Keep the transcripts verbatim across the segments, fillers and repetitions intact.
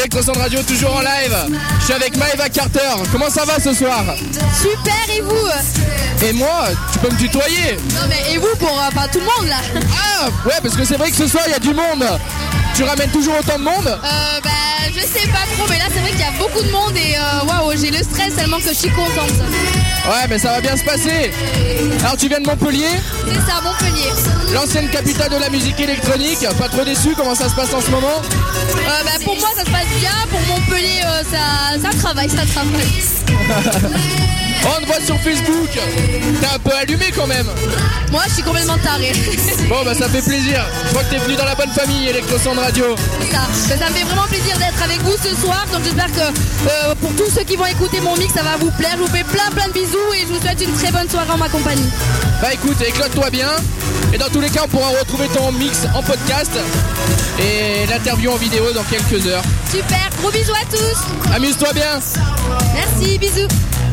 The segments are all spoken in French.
Electrosonde Radio, toujours en live. Je suis avec Maeva Carter. Comment ça va ce soir? Super, et vous? Et moi, tu peux me tutoyer? Non mais et vous pour euh, enfin, tout le monde là? Ah ouais, parce que c'est vrai que ce soir il y a du monde. Tu ramènes toujours autant de monde? Euh bah je sais pas trop, mais là c'est vrai qu'il y a beaucoup de monde et waouh, wow, j'ai le stress tellement que je suis contente. Ouais, mais ça va bien se passer. Alors tu viens de Montpellier? C'est ça, Montpellier. L'ancienne capitale de la musique électronique. Pas trop déçu, comment ça se passe en ce moment? euh, bah, Pour moi ça se passe bien, pour Montpellier euh, ça, ça travaille, ça travaille. On te voit sur Facebook. T'es un peu allumé quand même. Moi je suis complètement tarée. Bon bah ça fait plaisir. Je crois que t'es venu dans la bonne famille Electrosonde Radio. Ça, ça me fait vraiment plaisir d'être avec vous ce soir. Donc j'espère que euh, pour tous ceux qui vont écouter mon mix, ça va vous plaire. Je vous fais plein plein de bisous et je vous souhaite une très bonne soirée en ma compagnie. Bah écoute, éclate-toi bien. Et dans tous les cas, on pourra retrouver ton mix en podcast et l'interview en vidéo dans quelques heures. Super, gros bisous à tous. Amuse-toi bien. Merci, bisous.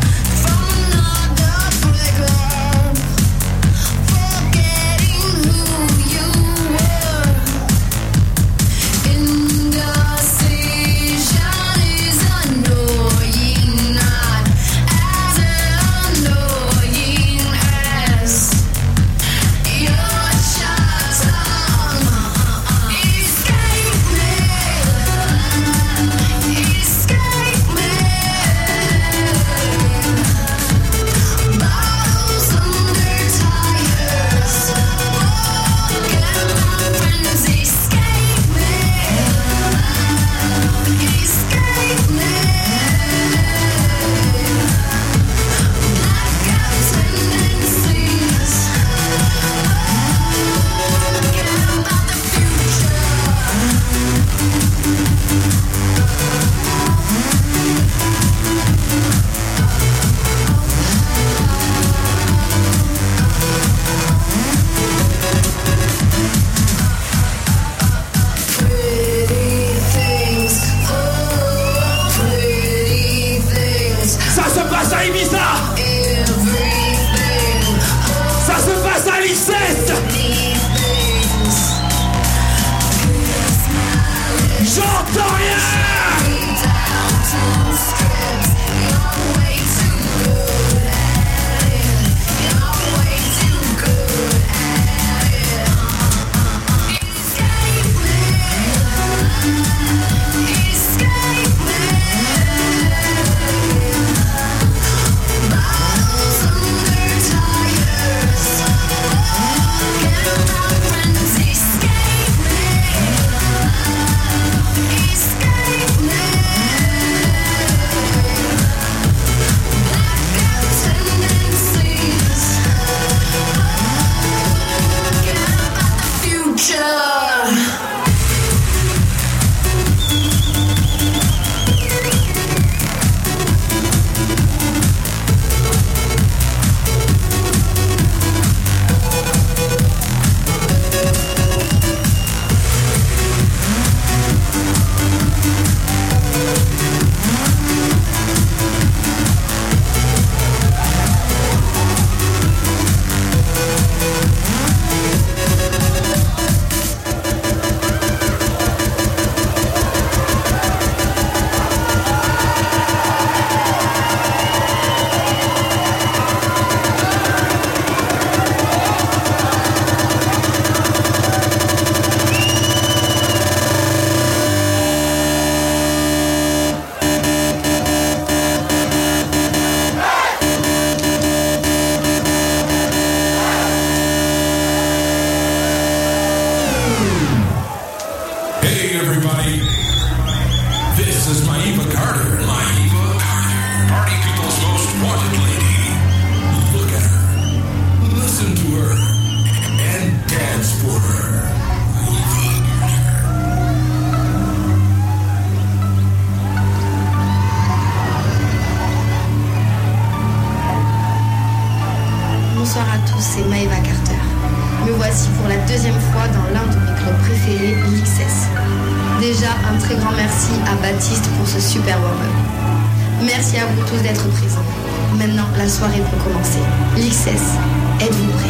Bonsoir à tous, c'est Maeva Carter. Me voici pour la deuxième fois dans l'un de mes clubs préférés, l'X S. Déjà, un très grand merci à Baptiste pour ce super warm-up. Merci à vous tous d'être présents. Maintenant, la soirée peut commencer. L'X S, êtes-vous prêts?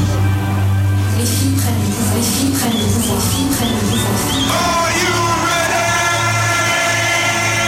Les filles prennent le pouvoir, les filles prennent le pouvoir, les filles prennent le pouvoir. Are you ready?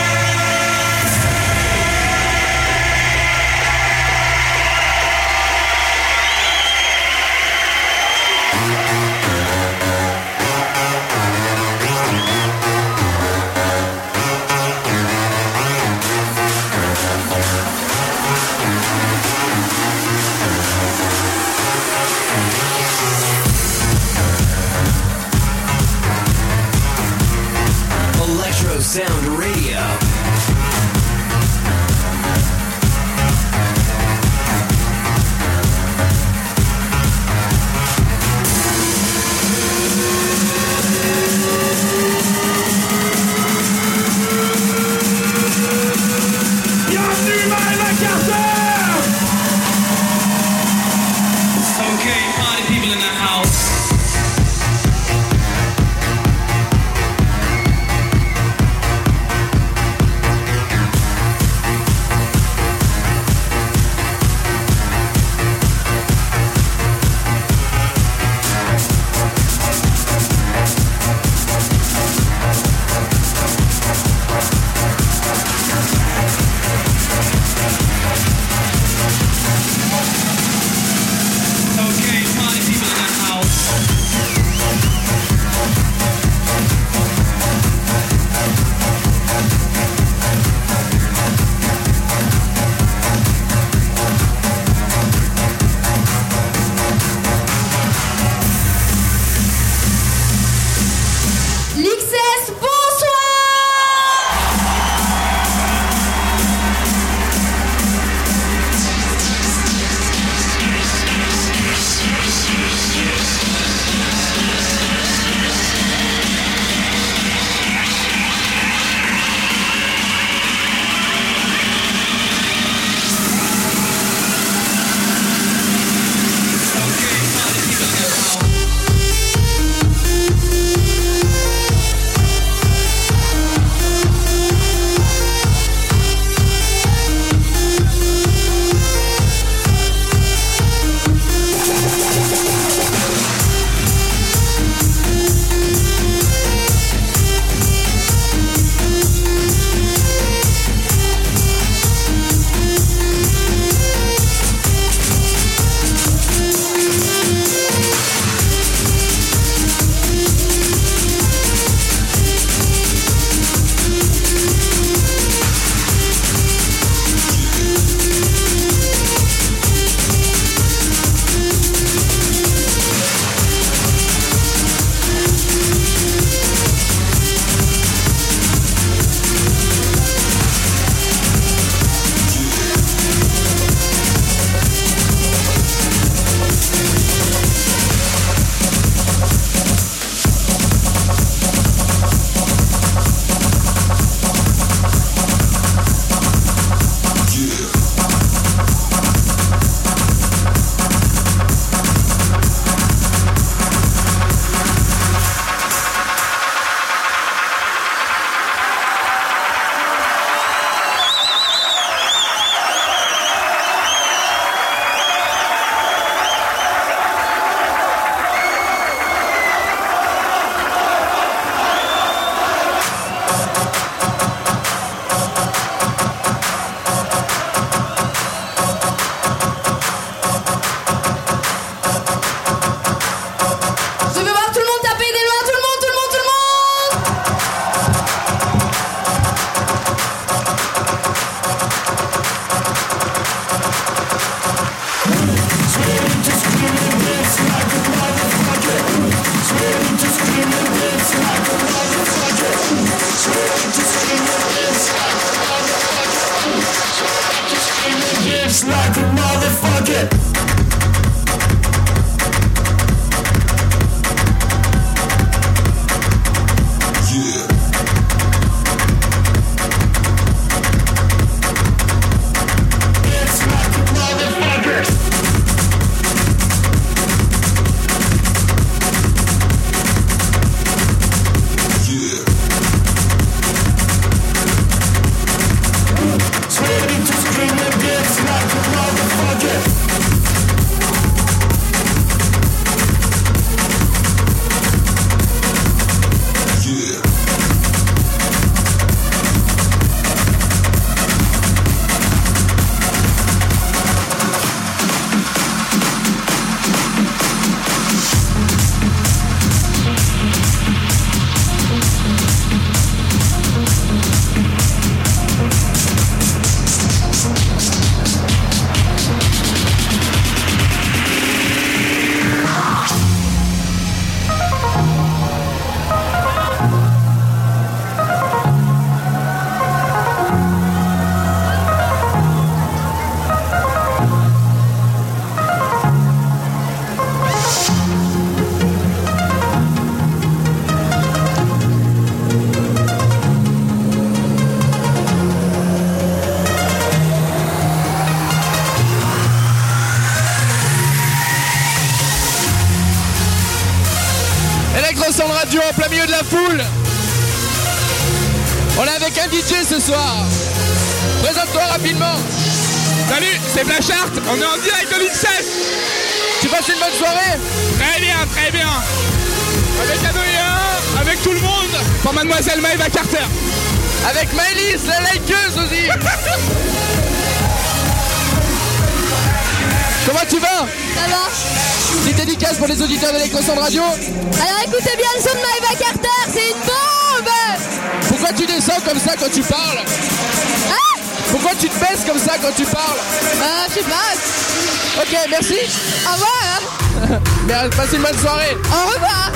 It's like a motherfucker. Yeah. It's like a motherfucker. Yeah. It's ready to scream and dance like a motherfucker. Yeah. Electrosound Radio en plein milieu de la foule. On est avec un D J ce soir. Présente-toi rapidement. Salut, c'est Blachart, on est en direct de l'I X S. Tu passes une bonne soirée? Très bien, très bien. Avec Adrien, avec tout le monde, pour Mademoiselle Maëva Carter. Avec Maëlys, la likeuse aussi. Comment tu vas? Ça va? Petite dédicace pour les auditeurs d'Electrosound Radio. Alors écoutez bien le son de Maëva Carter, c'est une bombe. Pourquoi tu descends comme ça quand tu parles? Hein? Pourquoi tu te baisses comme ça quand tu parles? Euh, je sais pas. Ok, merci. Au revoir. Bien, passez une bonne soirée. Au revoir.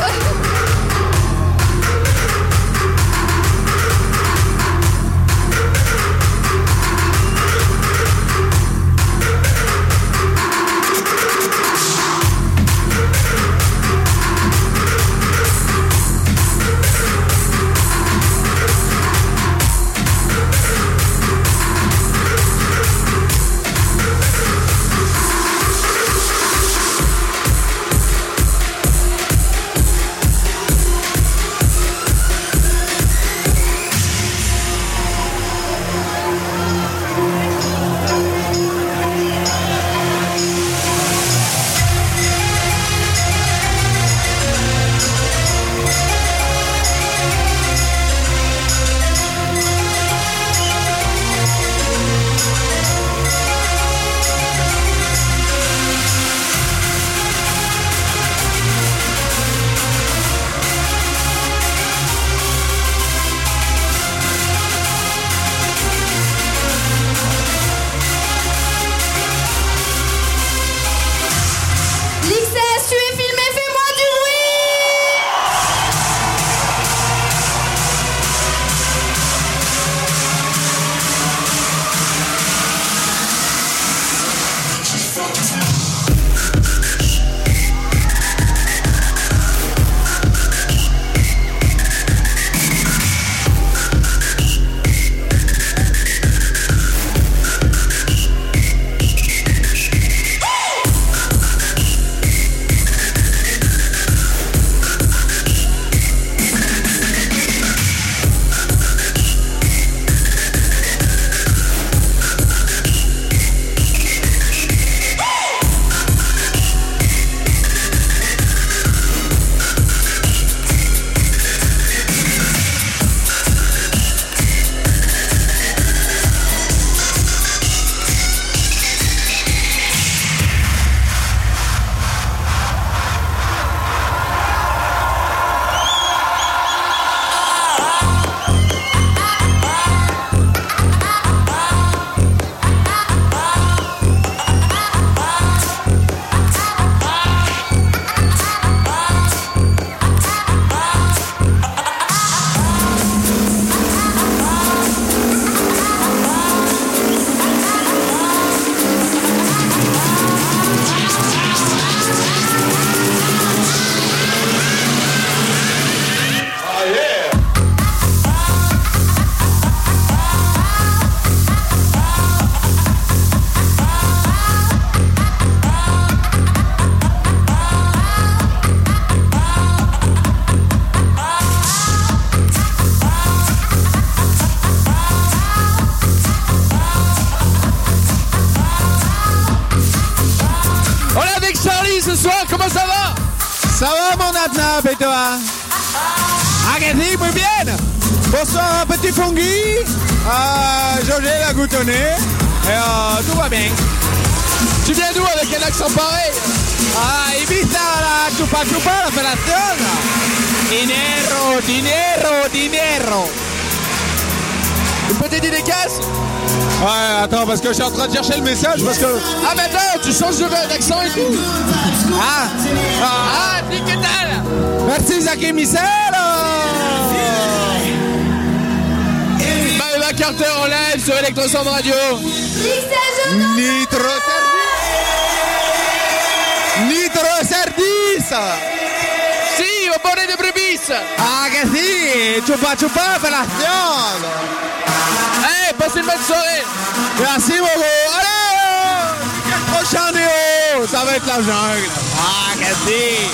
ce soir, comment ça va? Ça va mon Atnap et toi? Ah que si, muy bien. Bonsoir petit Fungi, euh, José la Goutonné, et euh, tout va bien. Tu viens d'où avec un accent pareil? Ah, Ibiza, la chupa chupa, la opération. Dinero, dinero, dinero. Une petite dédicace? Ouais, attends, parce que je suis en train de chercher le message, parce que... Ah maintenant, tu changes d'accent et tout. Ah, ah, ah puis que dalle. Merci Zaki Michel. Maëva Carter en live sur Electrosound Radio. Nitro Sardis. Nitro Sardis. Si, au bord de brebis. Ah que si, chupa chupa, opération. Hey, passez une bonne soirée. Merci beaucoup. Allez, le prochain déo, ça va être la jungle. Ah que si.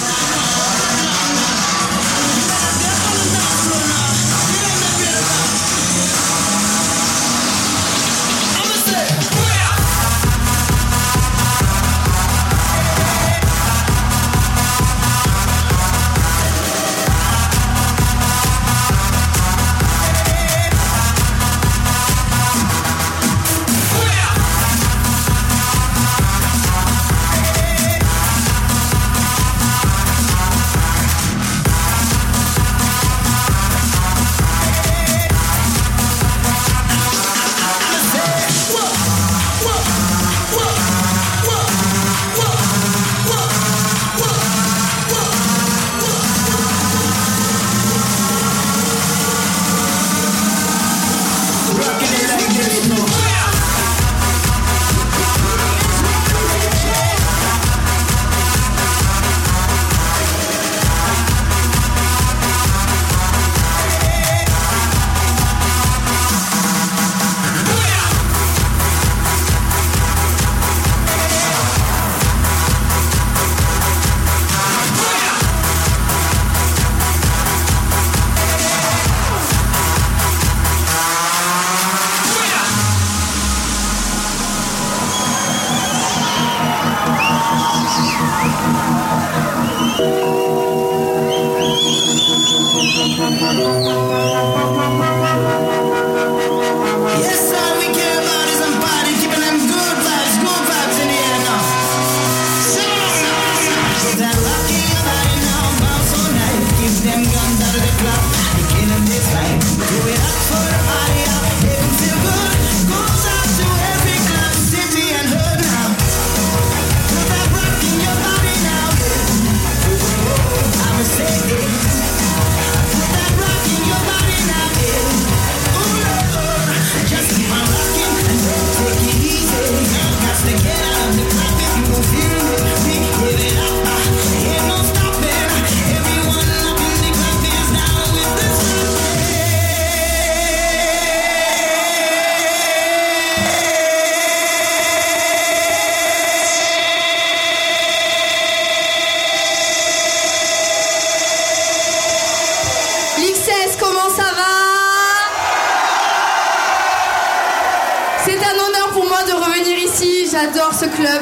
J'adore ce club.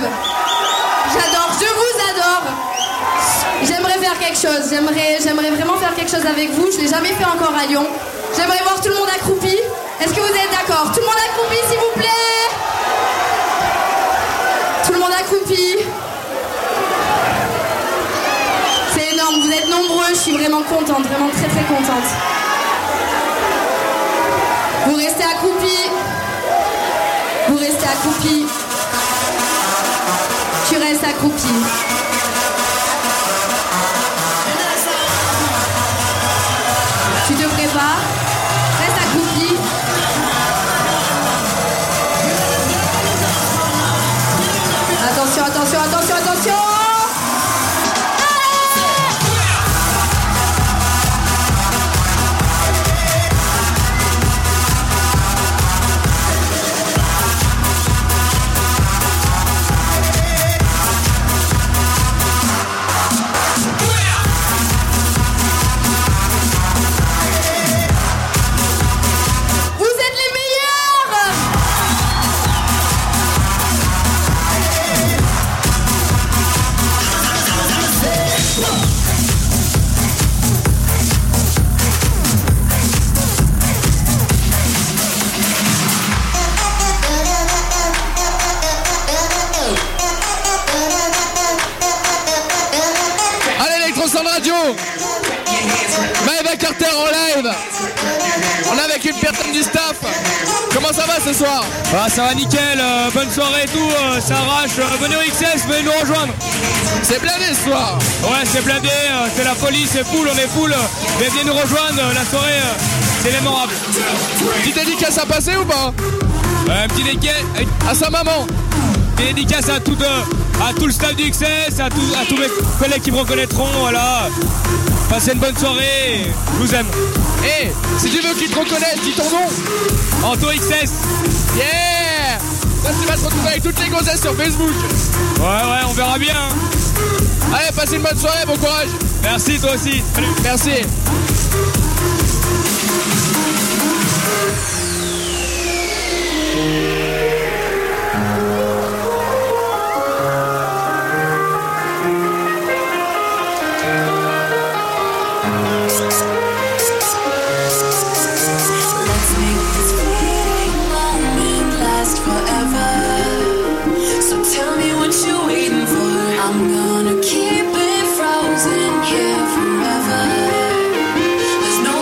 J'adore, je vous adore. J'aimerais faire quelque chose. J'aimerais, j'aimerais vraiment faire quelque chose avec vous. Je ne l'ai jamais fait encore à Lyon. J'aimerais voir tout le monde accroupi. Est-ce que vous êtes d'accord? Tout le monde accroupi, s'il vous plaît. Tout le monde accroupi. C'est énorme. Vous êtes nombreux. Je suis vraiment contente. Vraiment très très contente. Vous restez accroupis. Vous restez accroupis. Tu restes accroupi. Tu te prépares. Reste accroupi. Attention, attention, attention, attention. radio. Maëva Carter en live. On est avec une personne du staff. Comment ça va ce soir? Ah, ça va nickel, euh, bonne soirée et tout, euh, ça arrache. Euh, venez au X S, venez nous rejoindre. C'est blindé ce soir. Ouais, c'est blindé, euh, c'est la folie, c'est full, on est full. Mais venez nous rejoindre, euh, la soirée, euh, c'est mémorable. Petite dédicace à passer ou pas? Un petit dédicace à sa maman. Petite dédicace à tout, euh, à tout le staff du X S, à, tout, à tous mes collègues qui me reconnaîtront, voilà. Passez une bonne soirée, je vous aime. Et hey, si tu veux qu'ils te reconnaissent, dis ton nom. Anto X S. Yeah. Là tu vas te retrouver avec toutes les gonzesses sur Facebook. Ouais ouais, on verra bien. Allez, passez une bonne soirée, bon courage. Merci, toi aussi. Salut. Merci. I'm gonna keep it frozen here forever. There's no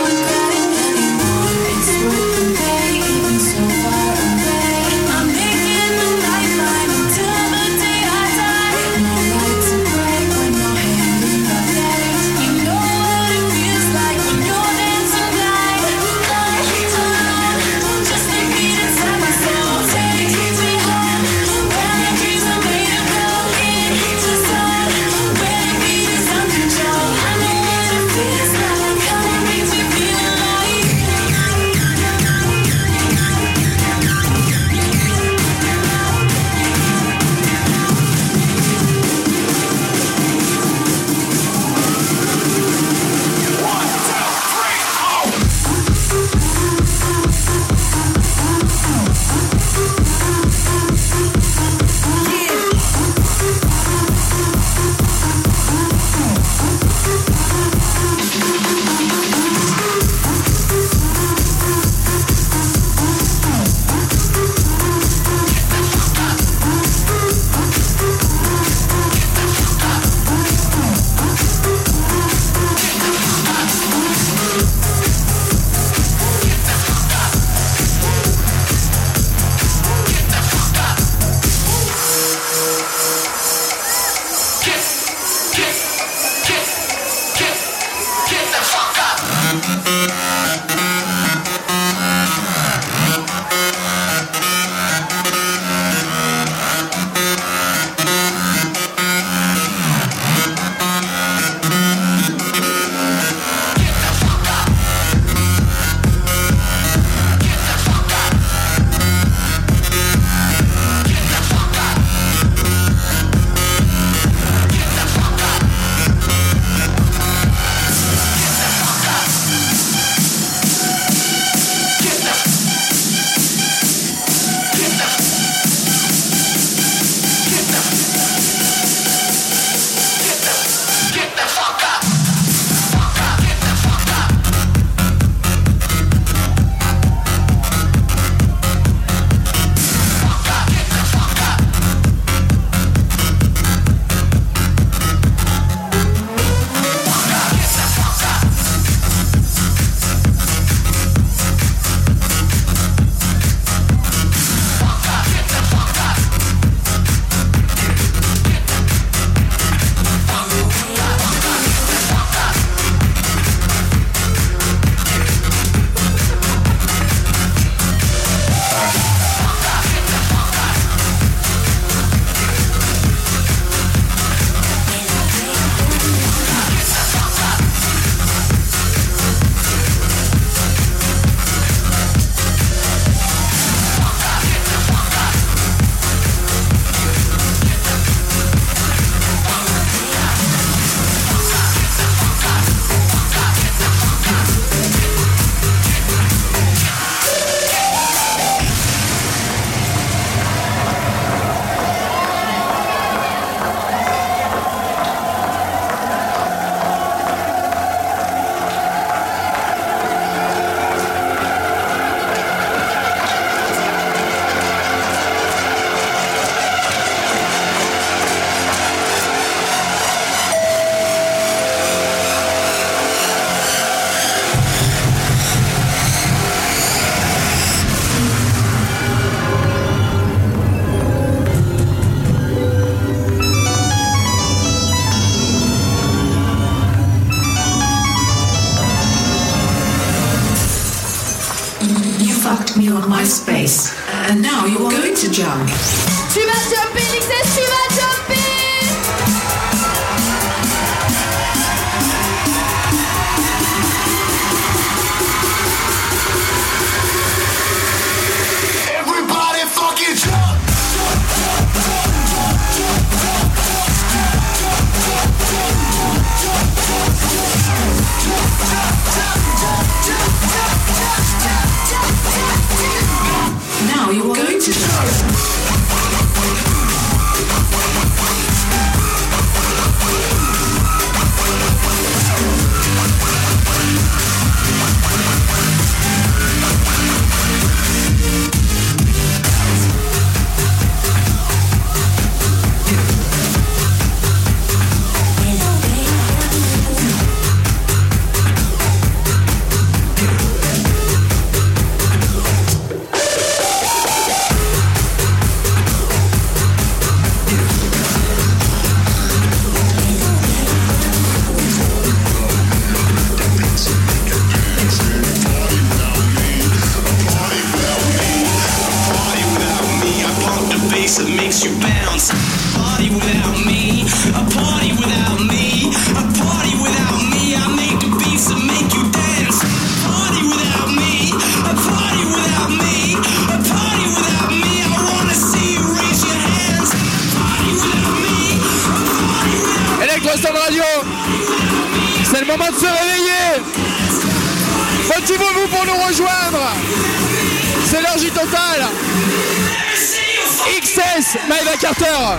space. And now you're going to jump. Tu vas jumper, L X S, tu vas jumper. Everybody fucking jump! Now you're going to jump. That makes you bounce. Party without me, a party without me, a party without me. I make the beats that make you dance. Party without me, a party without me, a party without me. I wanna see you raise your hands. Party without me, a party without me. Electrostar Radio, c'est le moment de se réveiller. Motivez-vous pour nous rejoindre. C'est l'heure J totale. X S, Maeva Carter.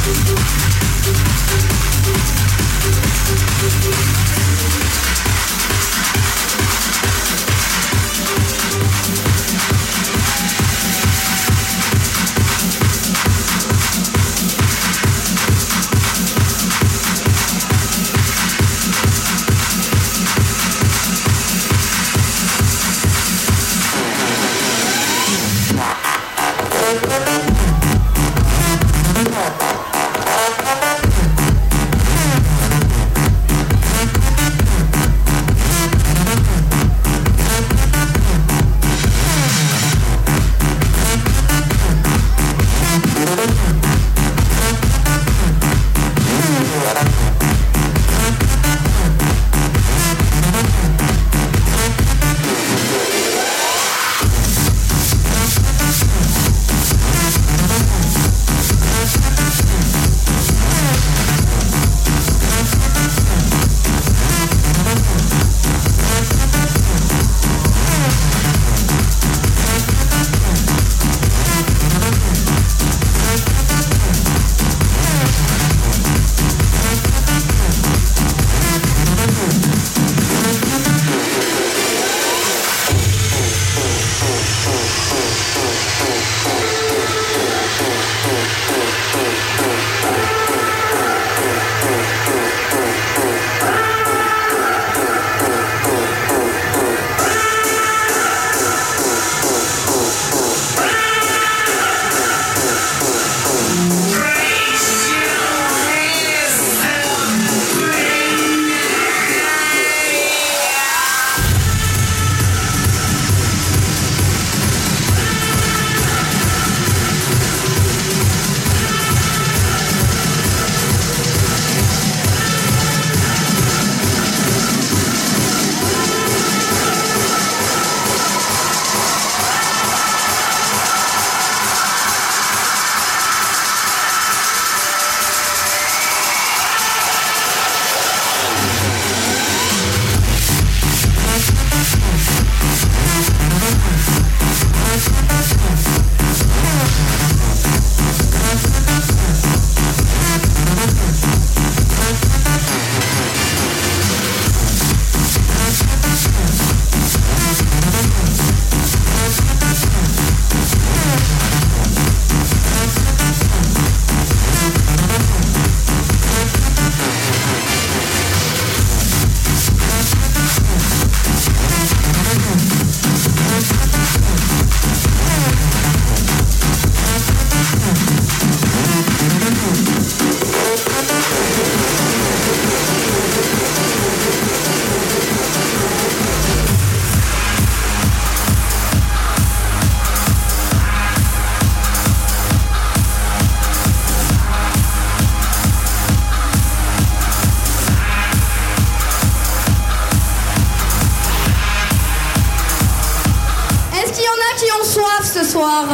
ce soir.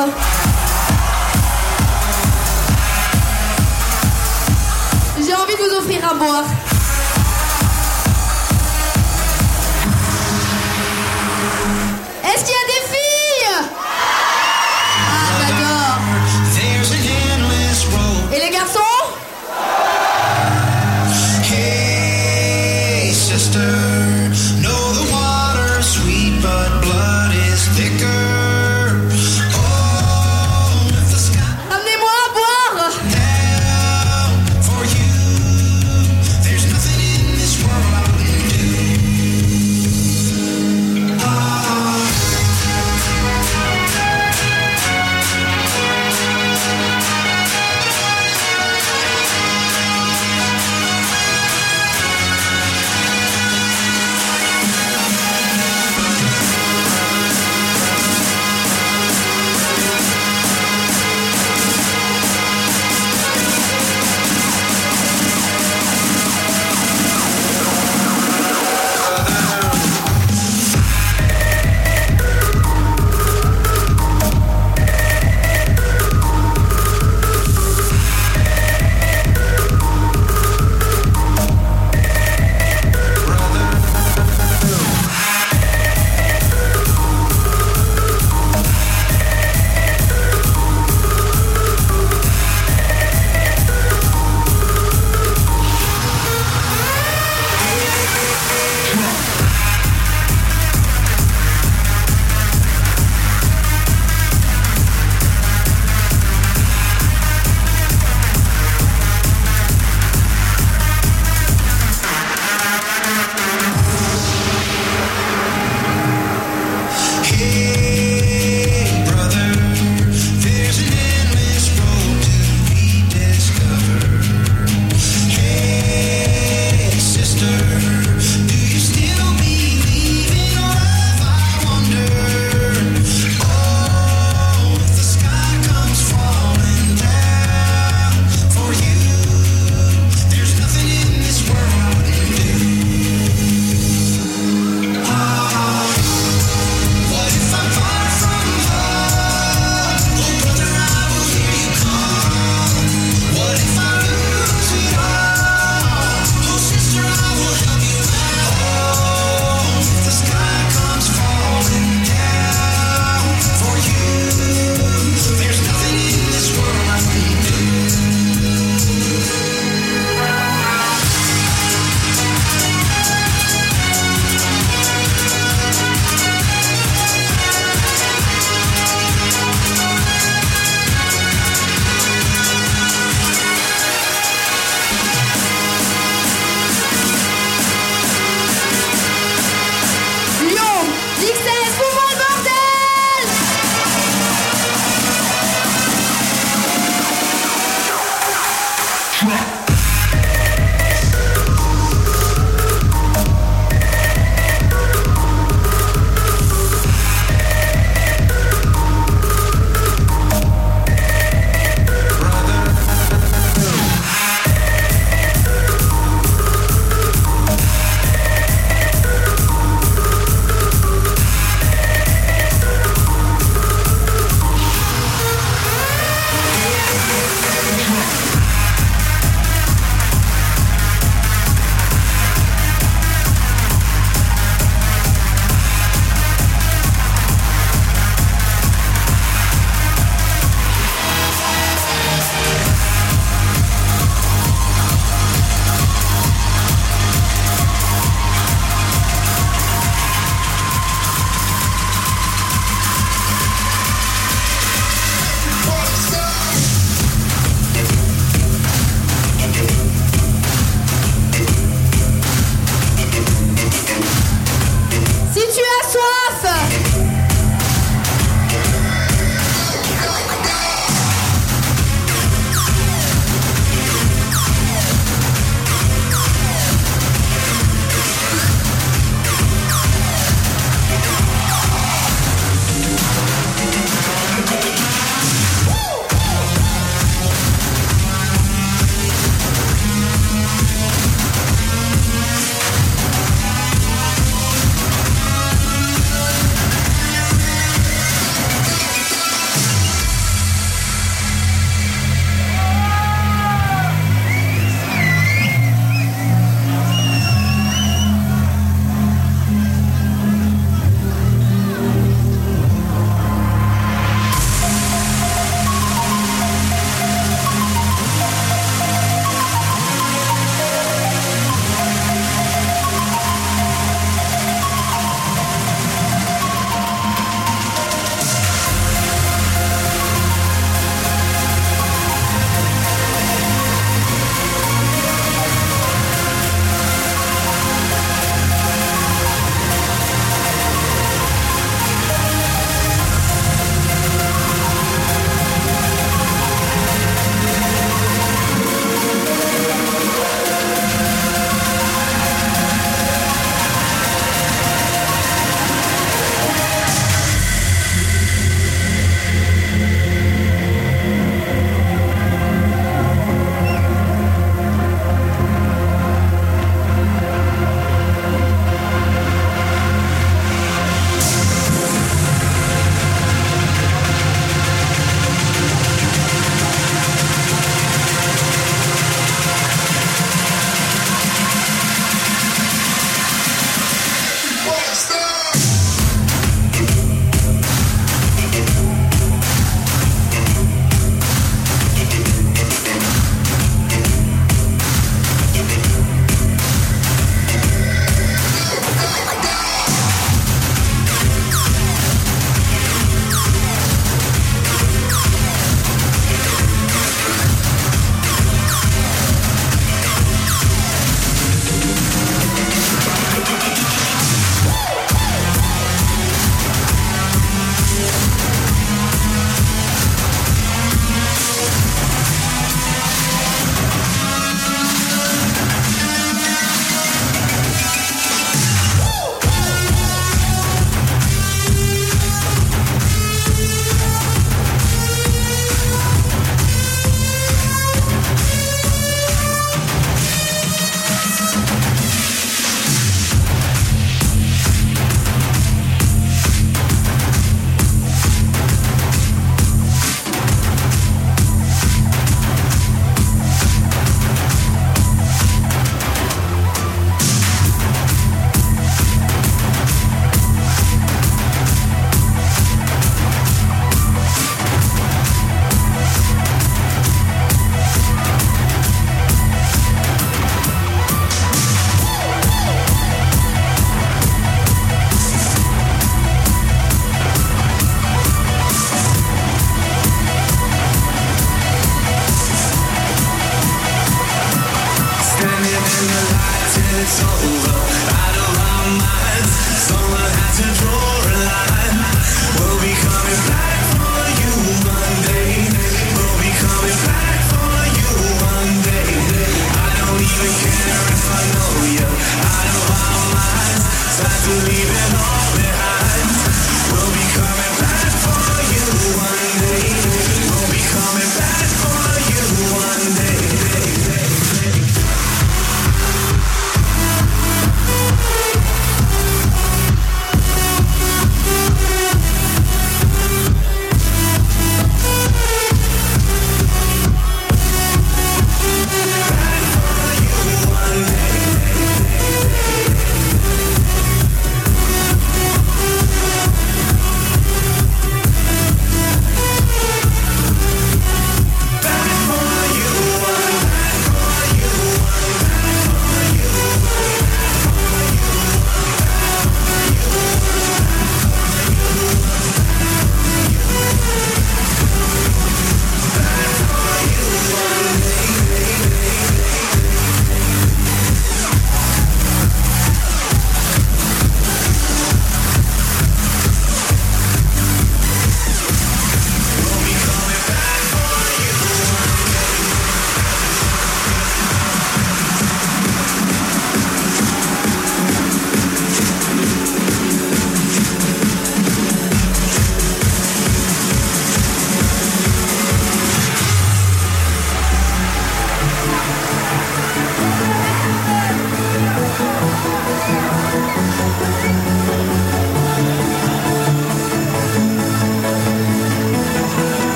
J'ai envie de vous offrir à boire. Est-ce qu'il y a des filles? Ah, j'adore. Et les garçons? Hey, sister, know the water's sweet, but blood is thicker. Amenez-moi à boire. For you, there's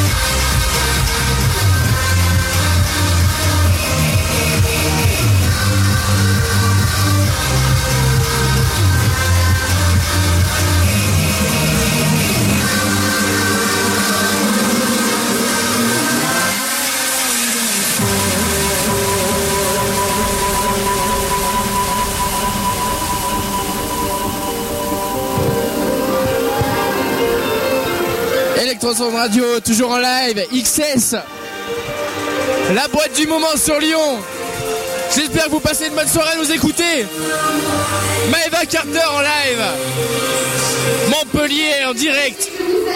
Electrosound Radio, toujours en live, X S, la boîte du moment sur Lyon. J'espère que vous passez une bonne soirée à nous écouter. Maeva Carter en live, Montpellier en direct.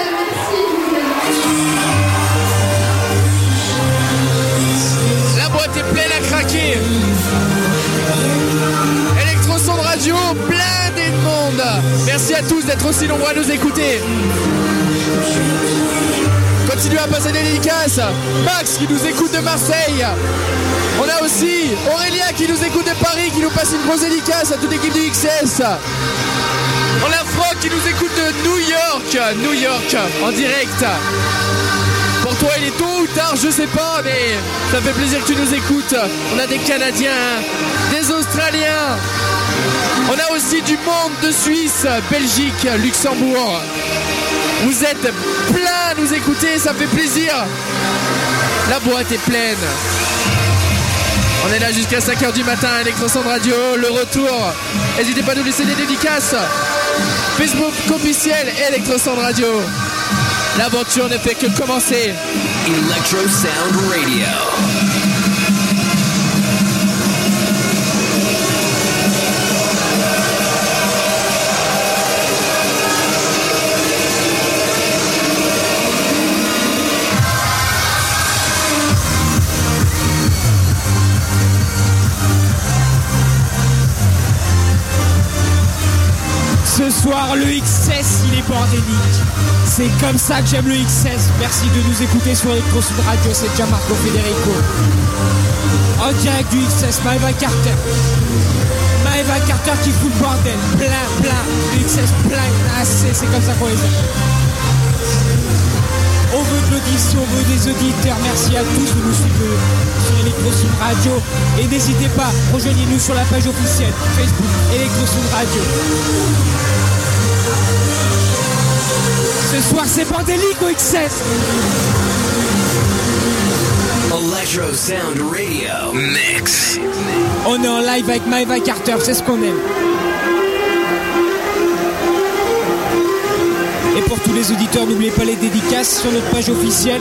La boîte est pleine à craquer. Electrosound Radio, blindé de monde. Merci à tous d'être aussi nombreux à nous écouter. Continuez à passer des dédicaces. Max qui nous écoute de Marseille. On a aussi Aurélia qui nous écoute de Paris, qui nous passe une grosse dédicace à toute l'équipe du X S. On a Franck qui nous écoute de New York. New York en direct. Pour toi il est tôt ou tard, je sais pas, mais ça fait plaisir que tu nous écoutes. On a des Canadiens, des Australiens. On a aussi du monde de Suisse, Belgique, Luxembourg. Vous êtes plein à nous écouter, ça fait plaisir. La boîte est pleine. On est là jusqu'à cinq heures du matin, Electrosound Radio, le retour. N'hésitez pas à nous laisser des dédicaces. Facebook officiel Electrosound Radio. L'aventure ne fait que commencer. Electrosound Radio. Ce soir, le X S, il est bordélique. C'est comme ça que j'aime le X S. Merci de nous écouter sur Electrosound Radio. C'est Gianmarco Federico. En direct du X S, Maeva Carter. Maeva Carter qui fout le bordel. Plein, plein. Le X S plein. Ah, c'est, c'est comme ça qu'on les aime. On veut de l'audition, on veut des auditeurs. Merci à tous de nous suivre sur Electrosound Radio. Et n'hésitez pas, rejoignez-nous sur la page officielle Facebook Electrosound Radio. Ce soir, c'est bordélique au X S. Electrosound Radio Mix. On est en live avec Maeva Carter, c'est ce qu'on aime. Et pour tous les auditeurs, n'oubliez pas les dédicaces sur notre page officielle.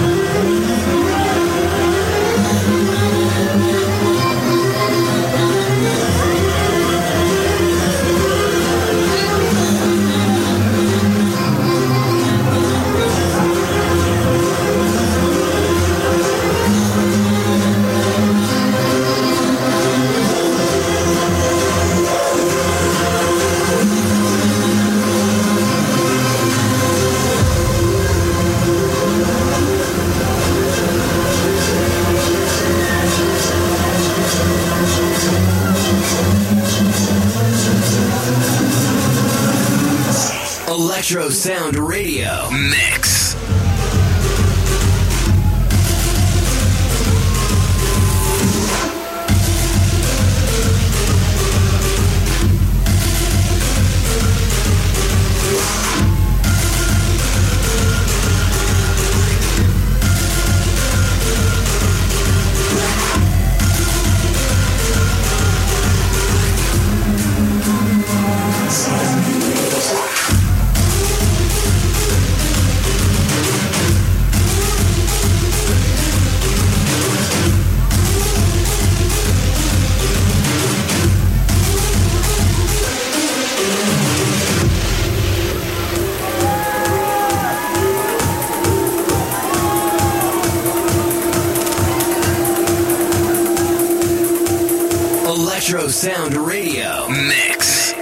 Electrosound Radio Mix. Electrosound Radio Mix.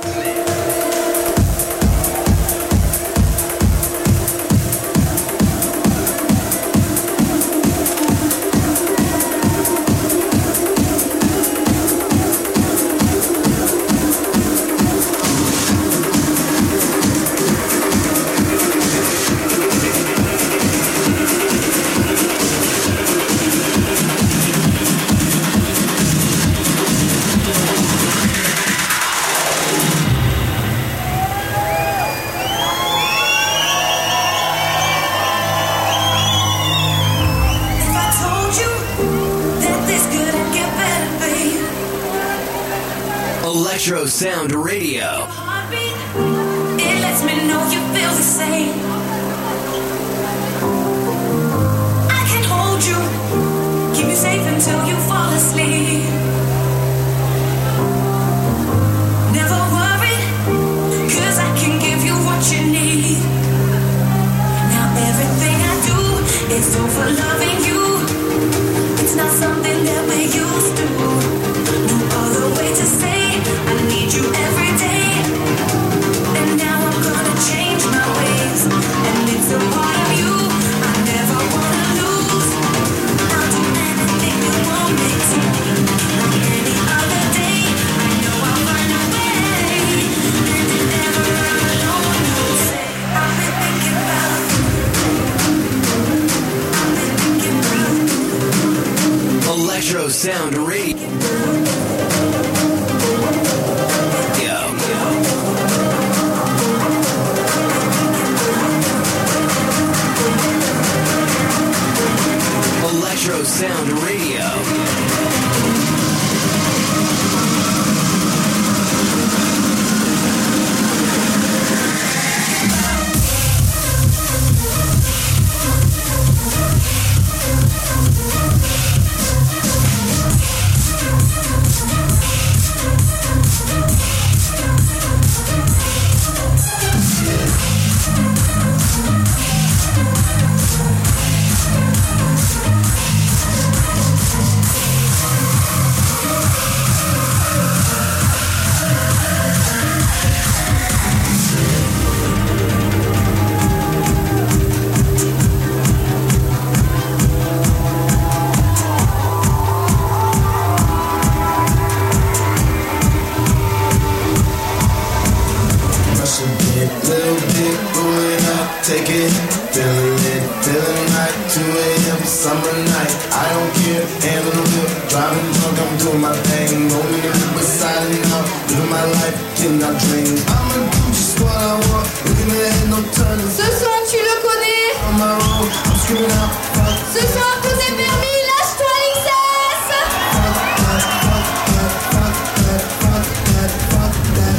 Electro Sound Radio. It lets me know you feel the same. I can hold you, keep you safe until you fall asleep. Never worried, cause I can give you what you need. Now everything I do is all for loving you. It's not something that we're used to. No other way to say I need you every day. And now I'm gonna change my ways. And it's a part of you I never wanna lose. I'll do anything you want me to. Like any other day, I know I'll find a way. And it never I'm alone. You'll say I've been thinking about you. I've been thinking about you. Electro Sound Radio. Electro Sound Radio. Take it, feeling it, feeling like two a.m. summer night. I don't care, hand on the wheel, driving drunk, I'm doing my thing. Rolling in the beside and out, living my life, cannot dream. I'ma do just what I want, looking ahead, no turning. Ce son, tu le connais? On my road, I'm screaming out, fuck. Ce soir, tout est permis, lâche-toi X S. Fuck that, fuck that, fuck that, fuck that, fuck that.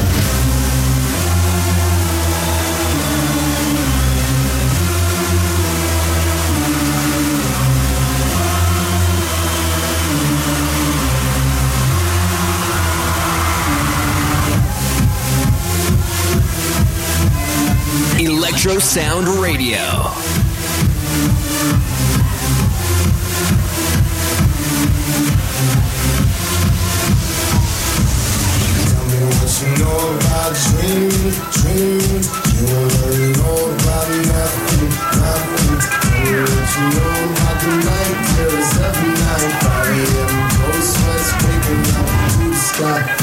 Electro Sound Radio. Tell me what you know about dreaming, dreaming. You don't really know about nothing, nothing. Tell me what you know about the night, there is every night. five a.m. cold sweats creeping up to the sky.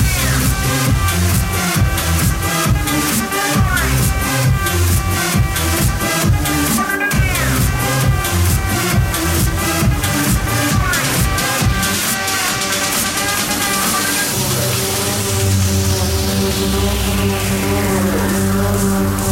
We'll be right back.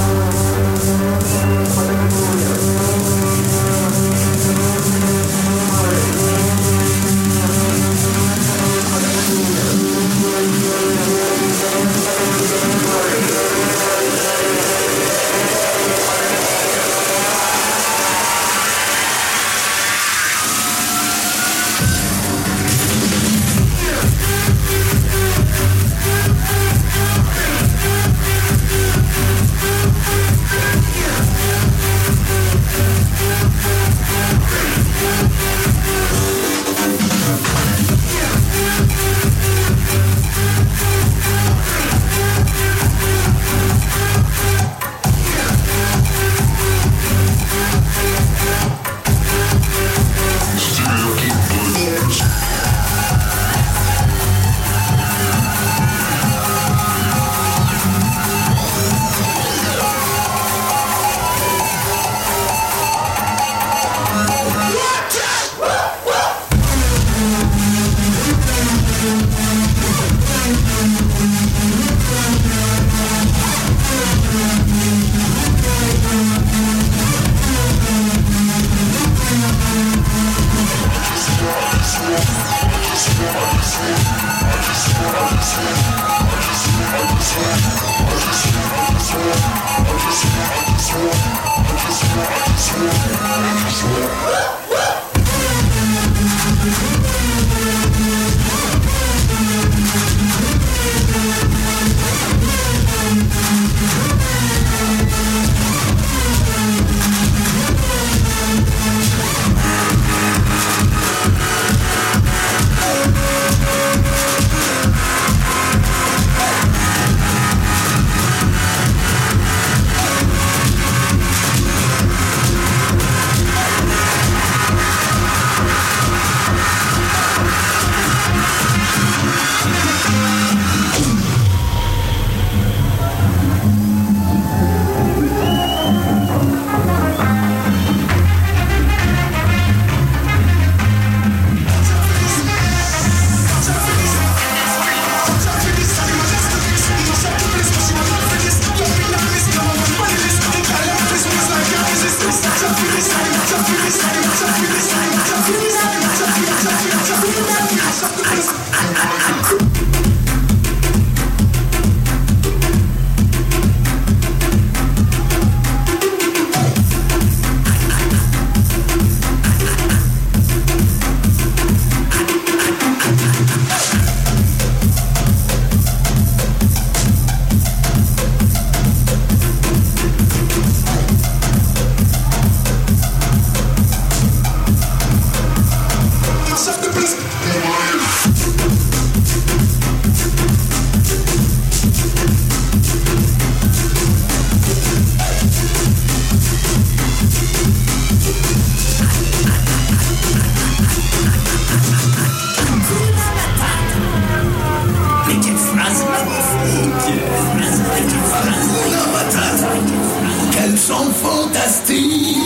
Quels sont fantastiques.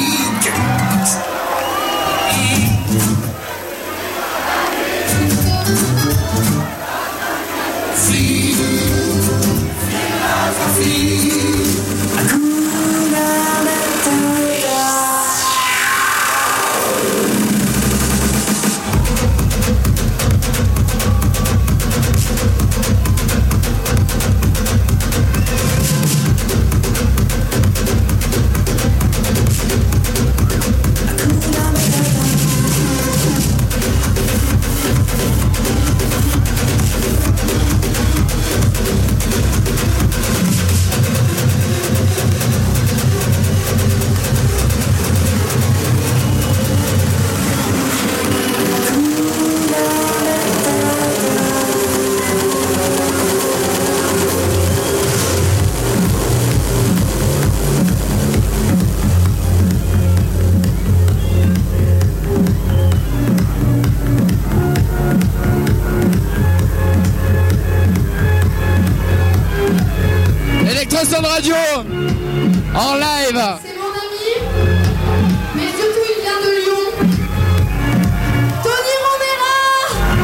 Sound Radio en live. C'est mon ami, mais surtout il vient de Lyon. Tony Romera.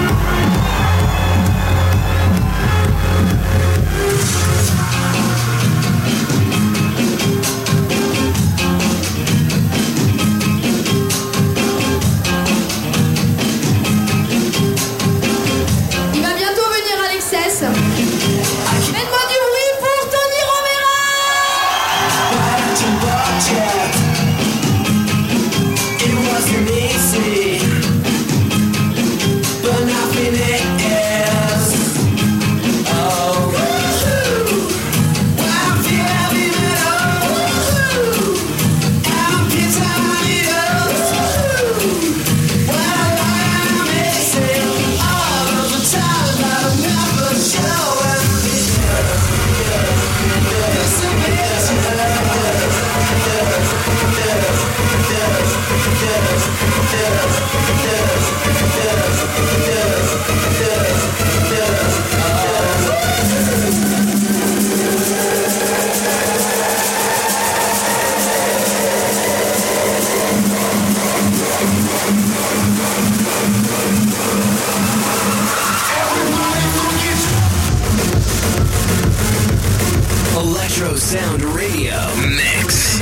Il va bientôt venir à l'Excess. Faites-moi du bruit pour Tony Romera. It wasn't easy, but nothing else. Oh, I'm feeling it all. I'm getting it all. Well, I'm missing all of the time I'll never show it. It's a Electro Sound Radio Mix.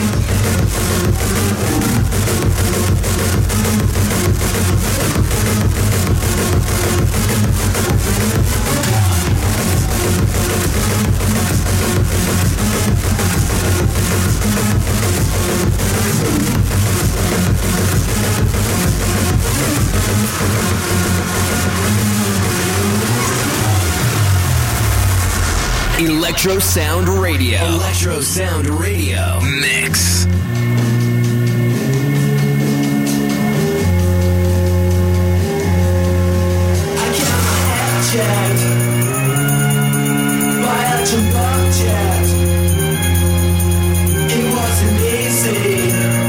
Electro Sound Radio. Electro Sound Radio. Mix. Jet, my action jet. It wasn't easy,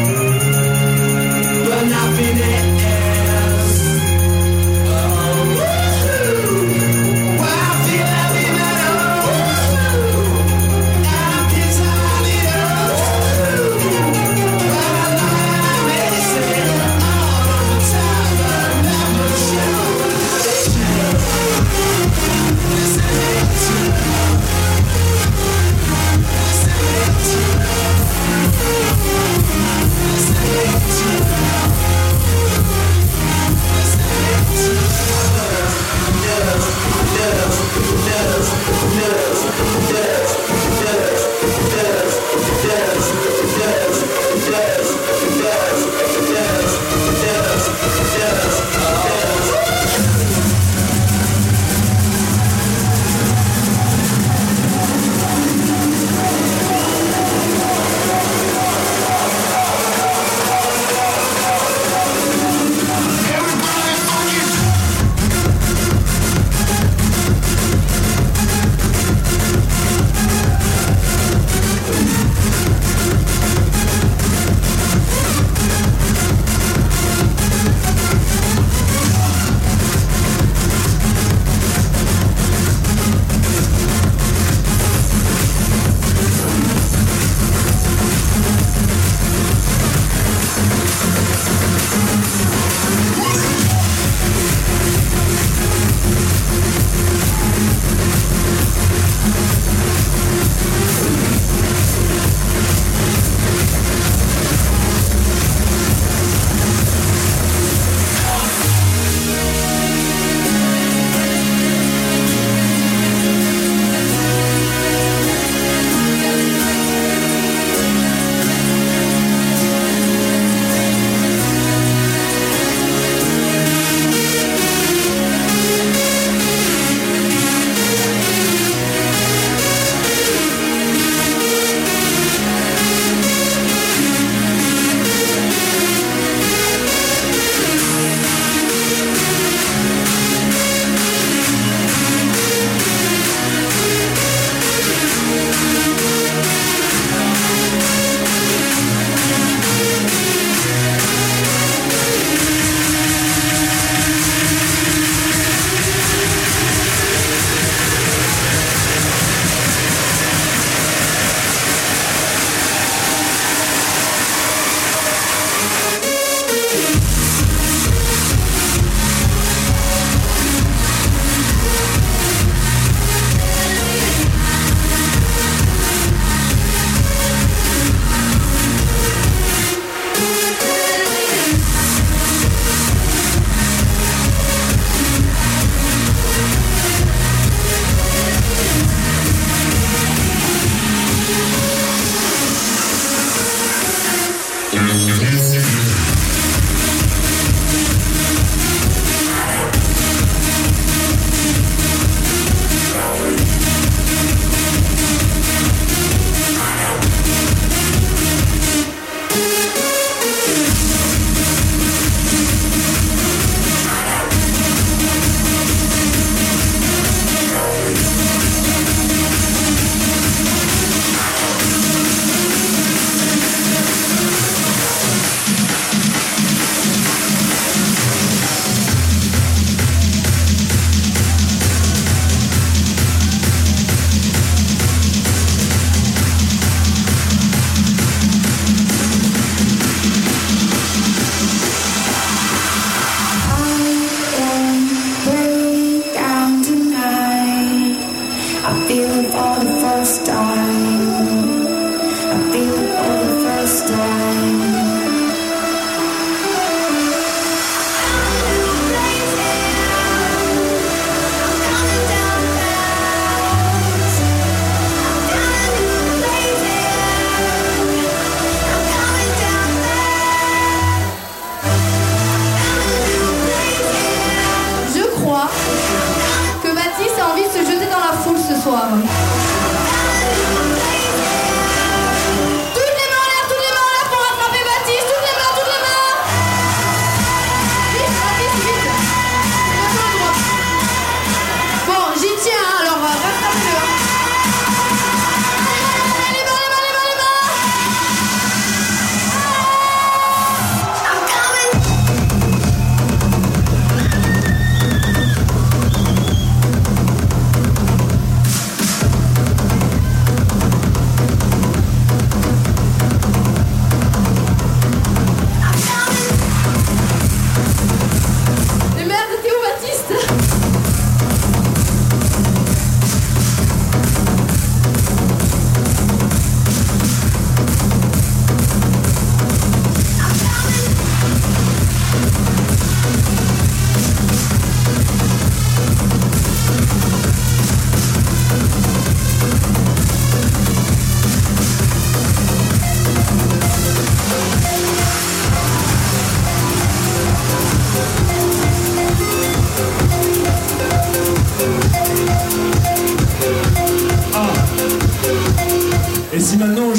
but nothing else. Oh, woo-hoo. Well, I feel heavy metal, and I'm guitar little. But I know I'm missing all of the time, but never show. Listen to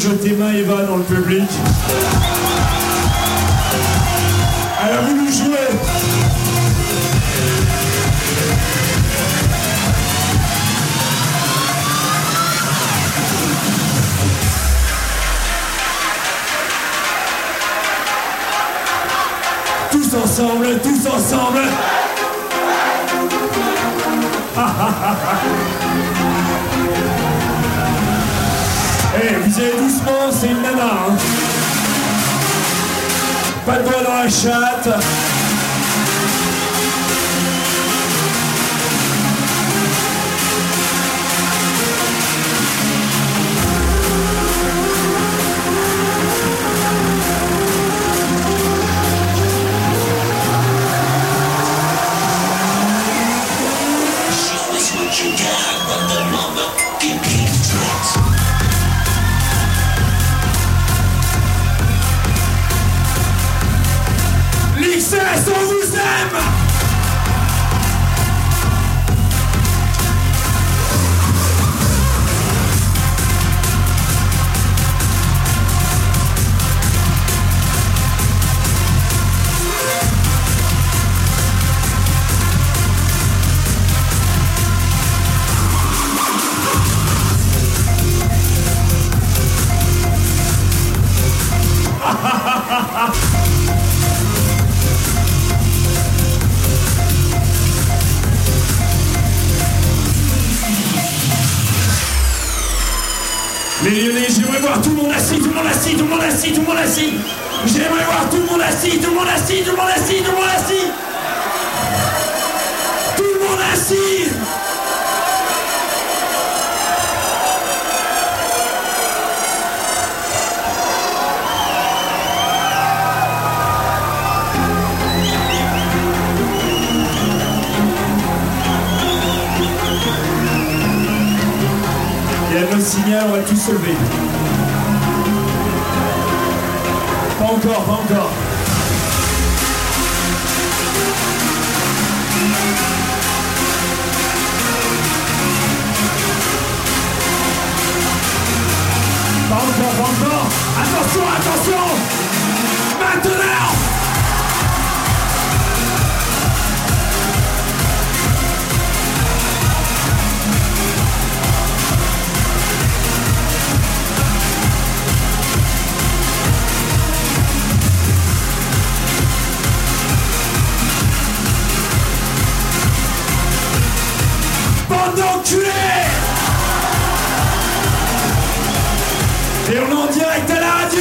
jeter Maëva dans le public. Elle a voulu jouer. Tous ensemble, tous ensemble. Eh, vous allez doucement, c'est une nana, hein. Pas de doigt dans la chatte. L'X S, on vous aime! Les Lyonnais, j'aimerais voir tout le monde assis, tout le monde assis, tout le monde assis, tout le monde assis. J'aimerais voir tout le monde assis, tout le monde assis, tout le monde assis, tout le monde assis. Tout le monde assis. Il y a notre signal, on va tous se lever. Pas encore, pas encore. Pas encore, pas encore. Attention, attention. Maintenant. Bande d'enculés! Et on est en direct à la radio!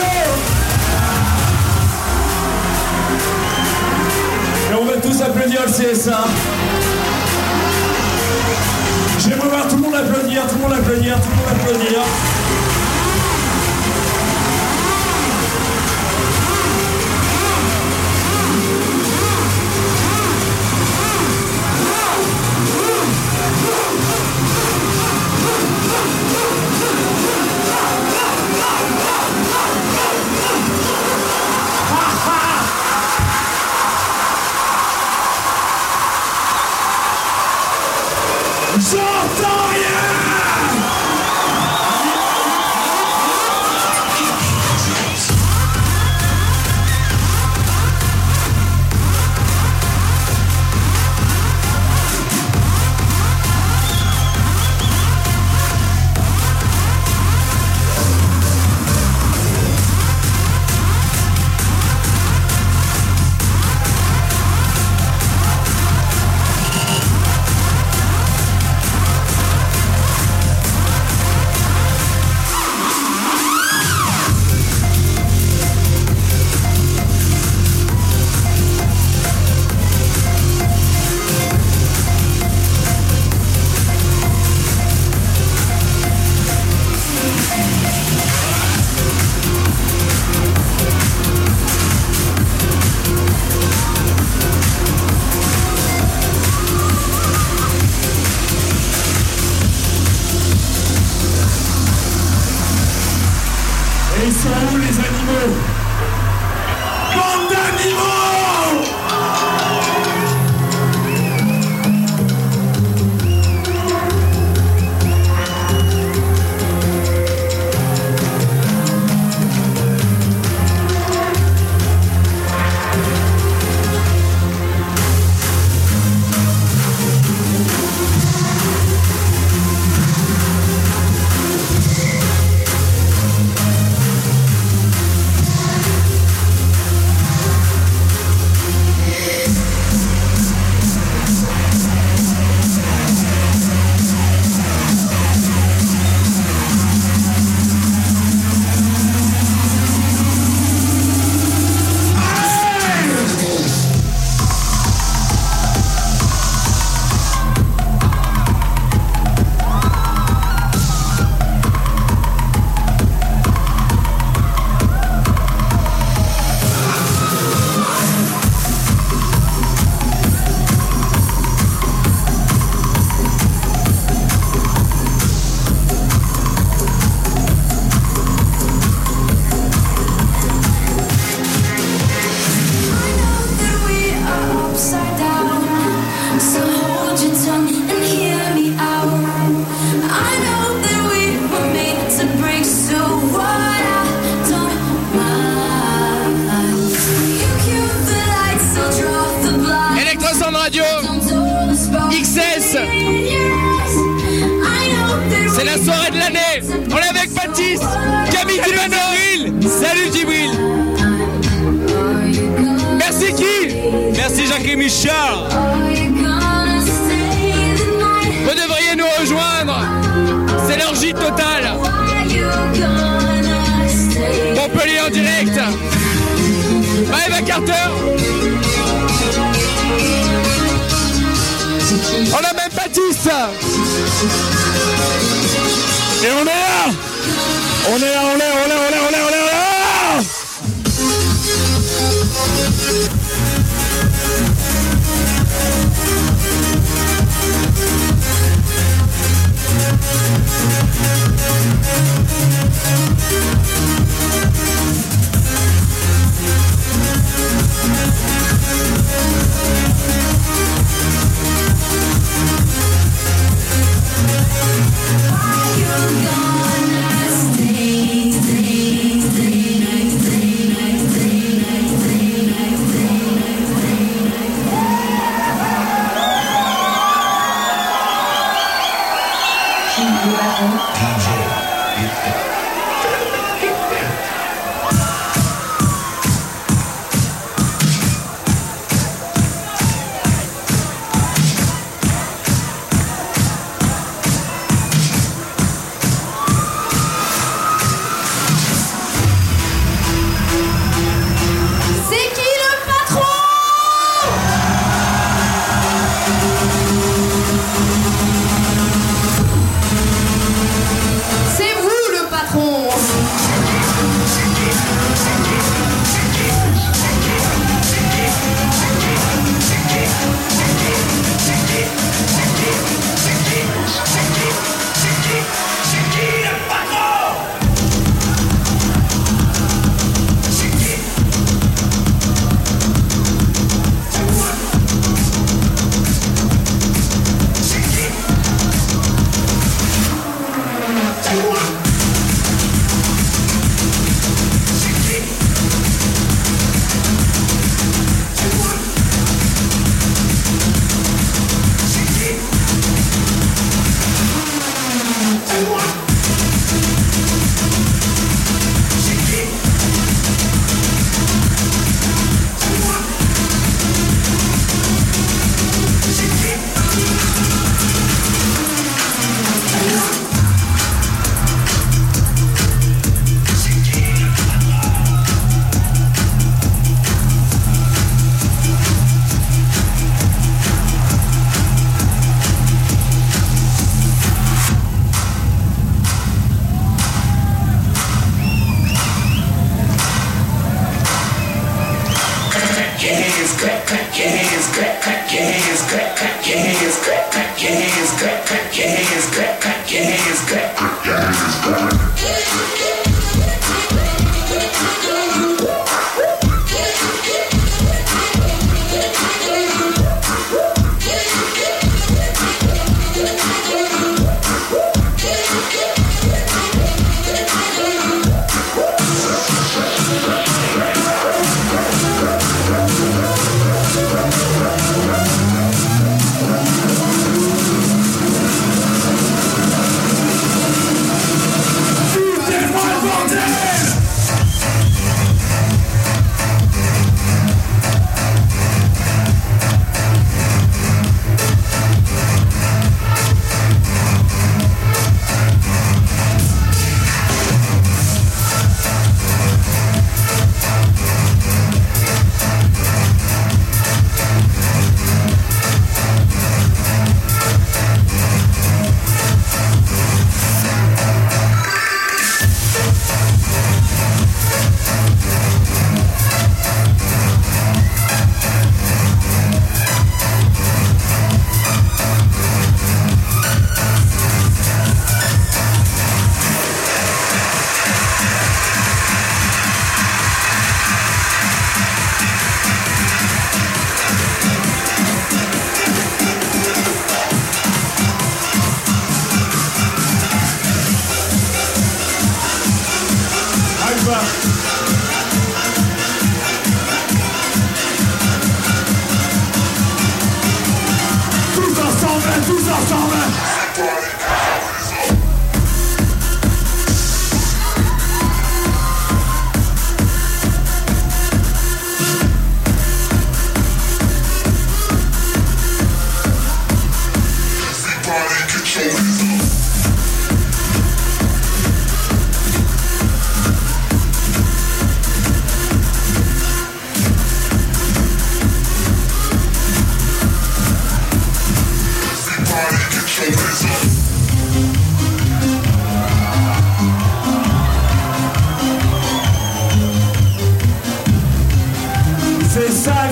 Et on va tous applaudir le C S A. J'aimerais voir tout le monde applaudir, tout le monde applaudir, tout le monde applaudir. J'entends rien! Et ils sont où les animaux? Bande d'animaux! Jimmy Char. Vous devriez nous rejoindre. C'est l'orgie totale. Montpellier en direct. Maëva Carter. On a même Baptiste. Et on est là. On est là, on est là, on est là, on est là, on est là, on est là.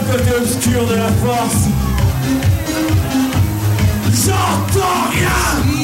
le côté obscur de la force. J'entends rien.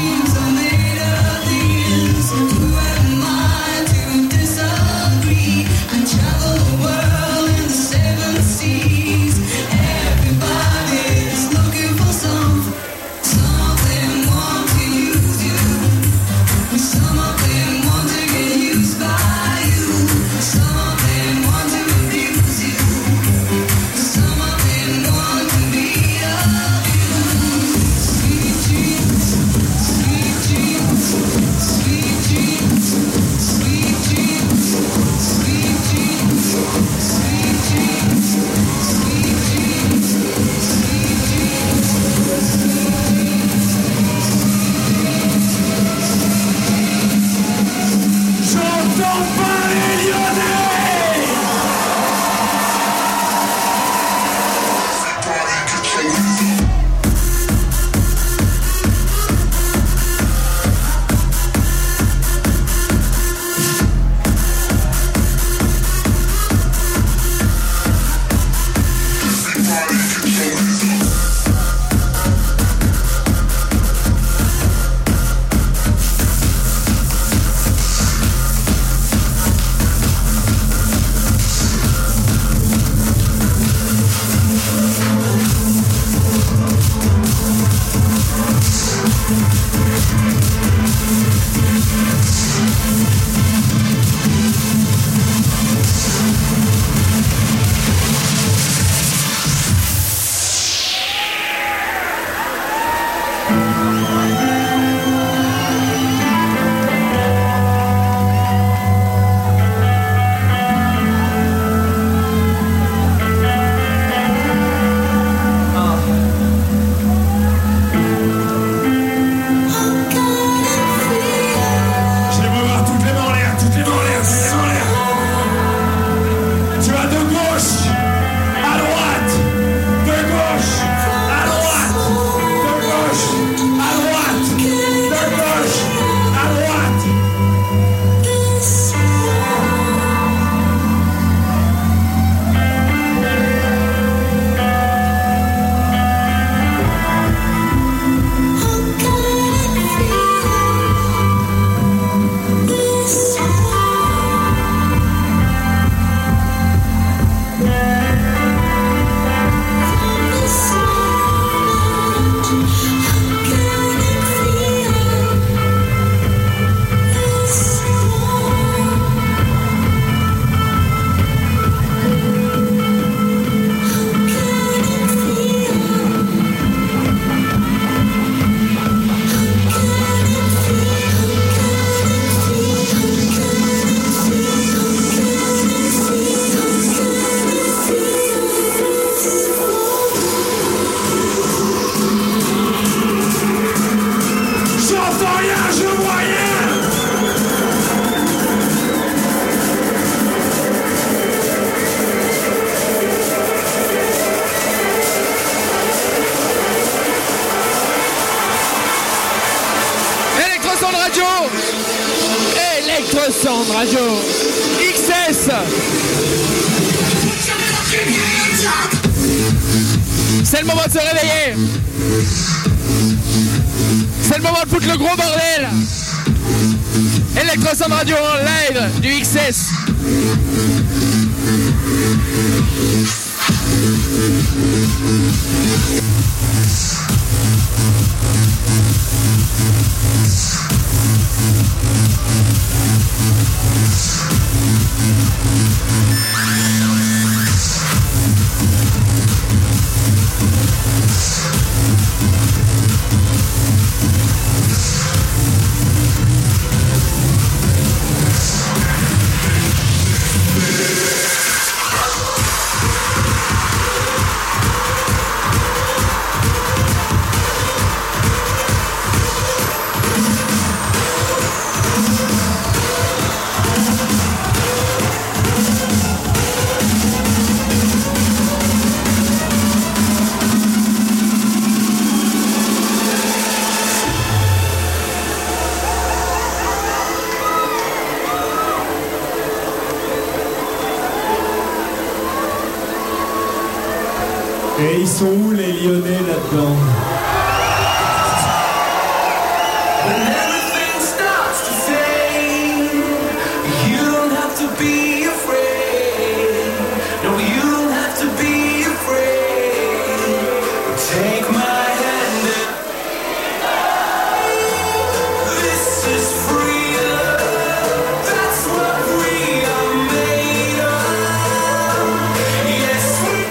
Sound Radio X S. C'est le moment de se réveiller. C'est le moment de foutre le gros bordel. Electro Sound Radio en live du X S. Et ils sont où les Lyonnais là-dedans? When everything starts to fade, you don't have to be afraid. No, you don't have to be afraid. Take my hand and this is freedom. That's what we are made of. Yes, we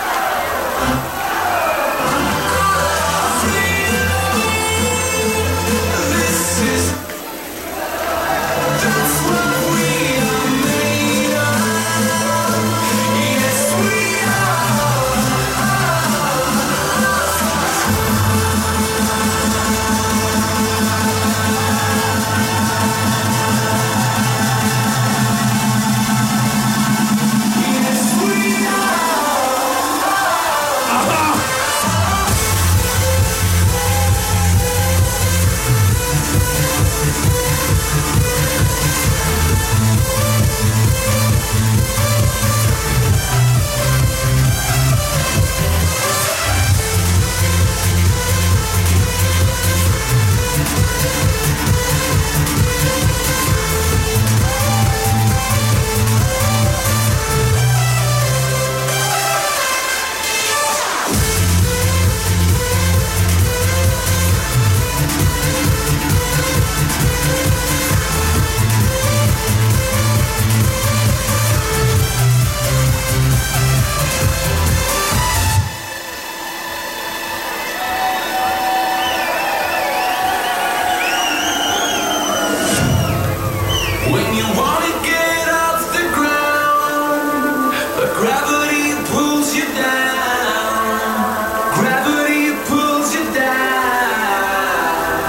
when you wanna get off the ground, but gravity pulls you down. Gravity pulls you down.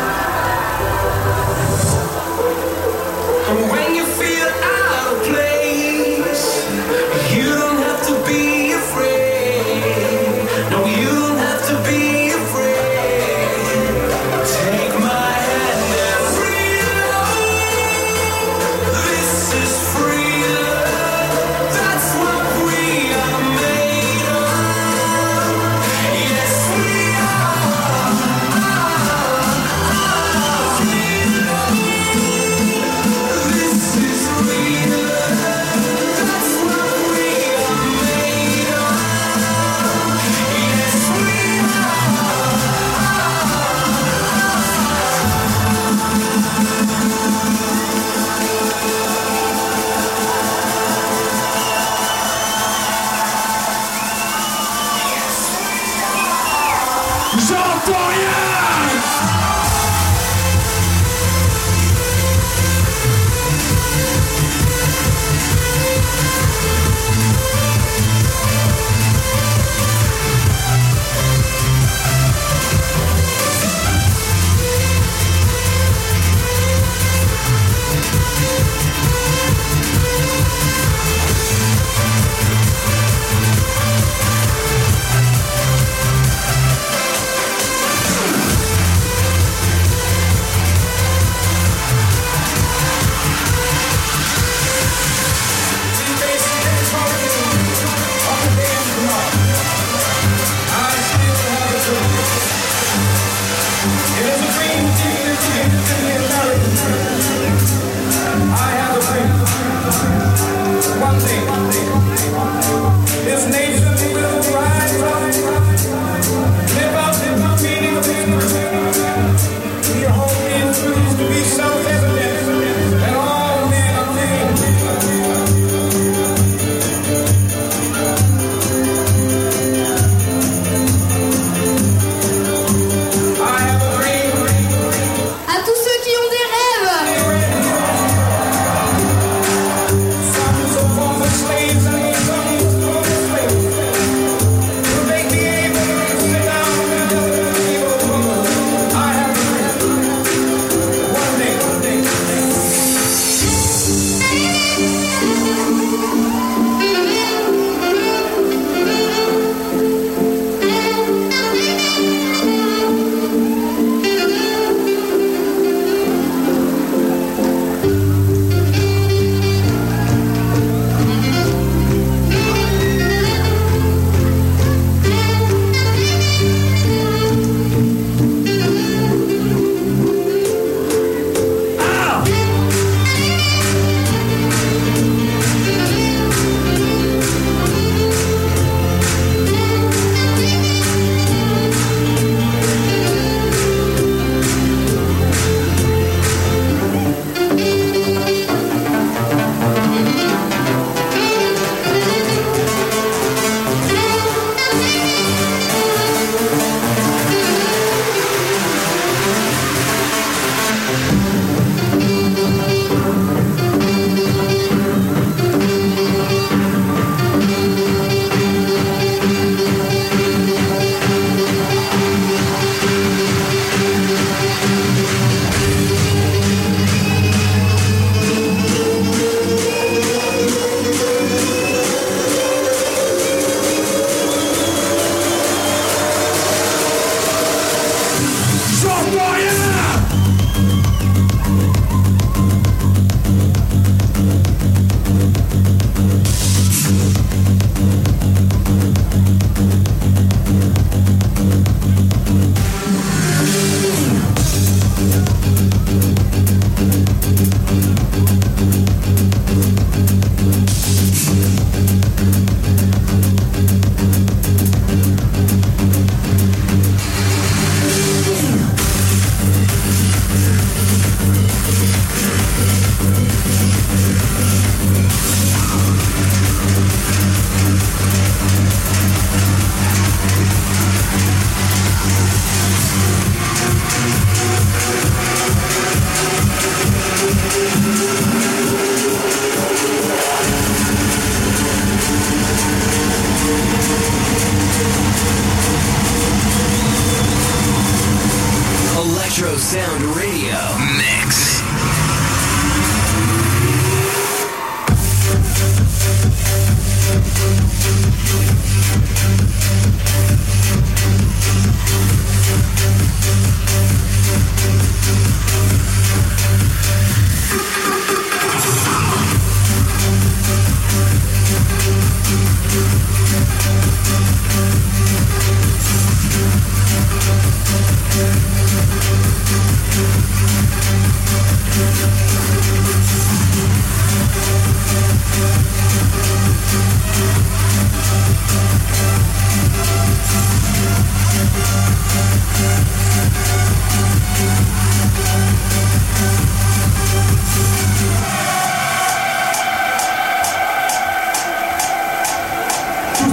And when you feel out of place, you don't have to be afraid. No, you don't have to be afraid. Take my hand and this is freedom. That's what we are made of. Yes, we are. This is freedom. That's what we are made of. Yes, we J'entends rien!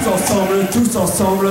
ensemble, tous ensemble.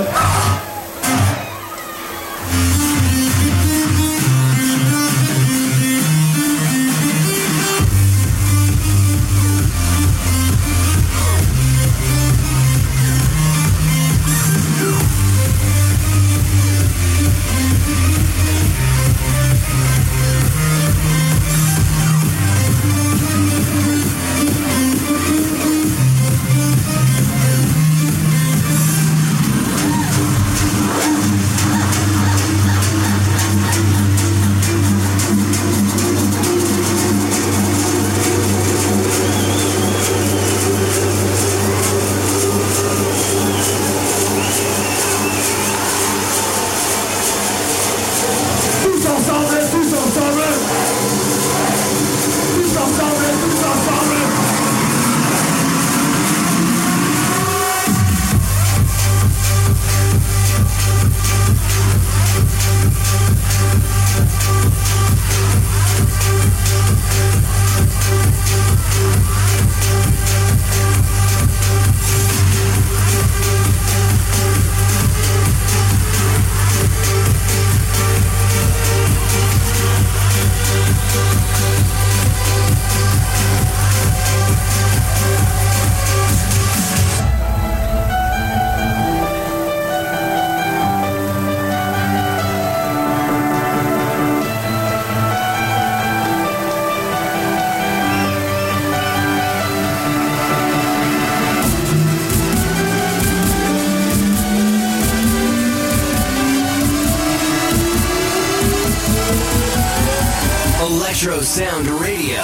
Electro Sound Radio.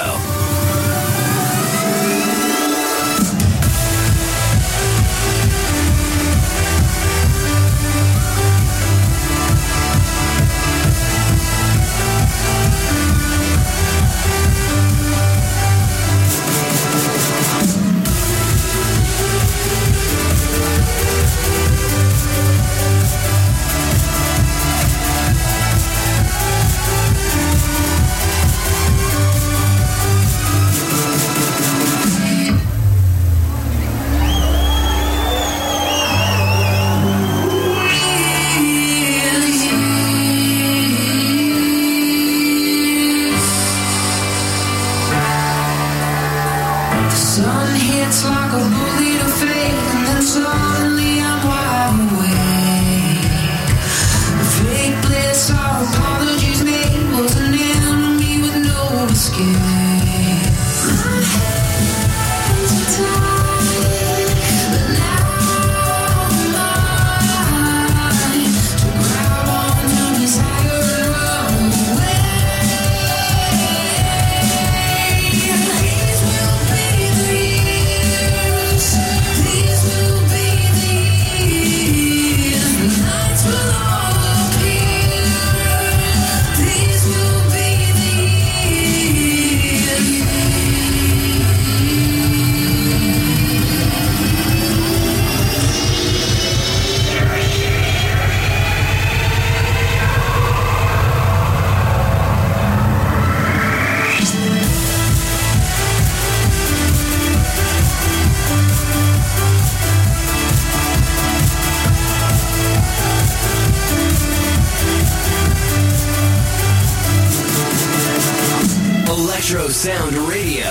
Electro Sound Radio.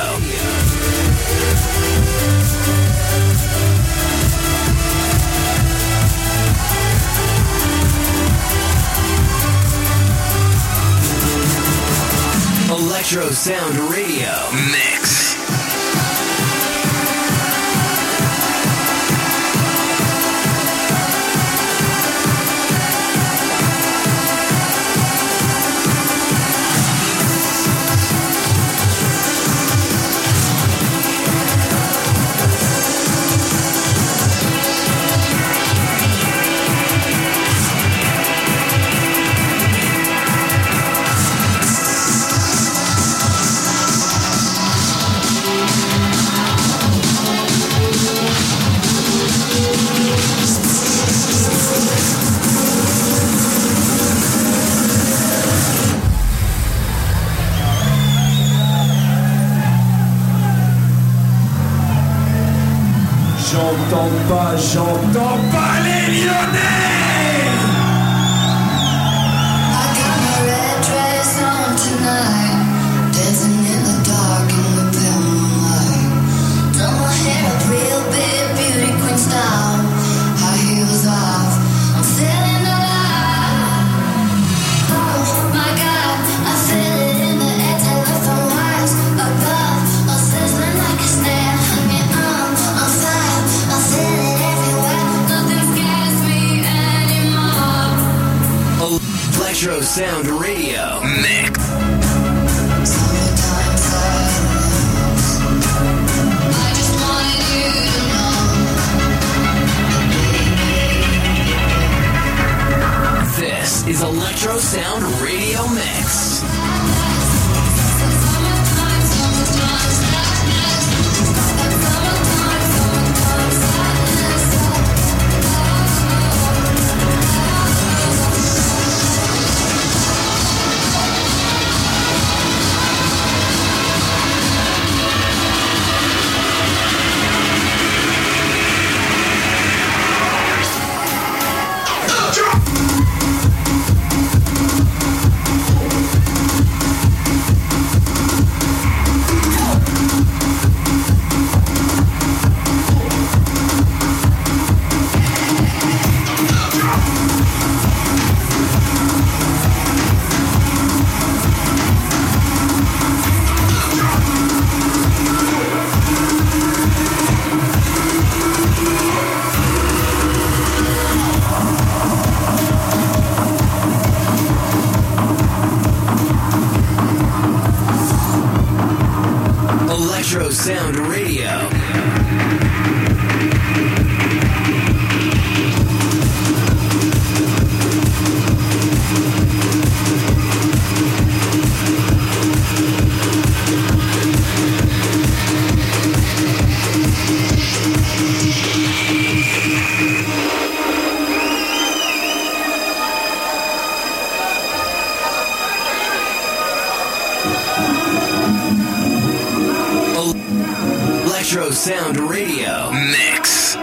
Electro Sound Radio Mix. j'entends pas, j'entends pas les Lyonnais. I got my red dress on tonight, dancing in the dark in the pale moonlight. Done my hair up real big, beauty queen style. High heels off, I'm feeling alive. Oh my God, I feel it in the air, telephone wires above, all sizzling like a snare. Hanging on, on fire, I feel it everywhere. Nothing scares me anymore. Electro Sound Radio Mix. Summertime sadness. I just wanted you to know. This is Electro Sound Radio Mix. Electro Sound Radio. Electro Sound Radio Mix.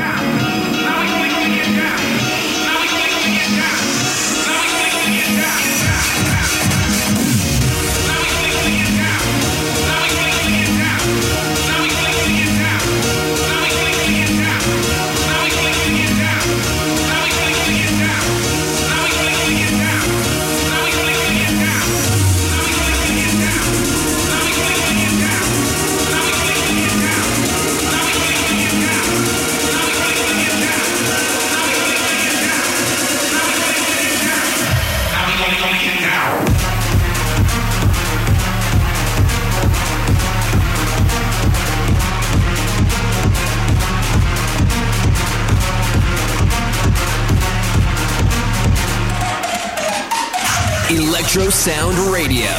Electro Sound Radio.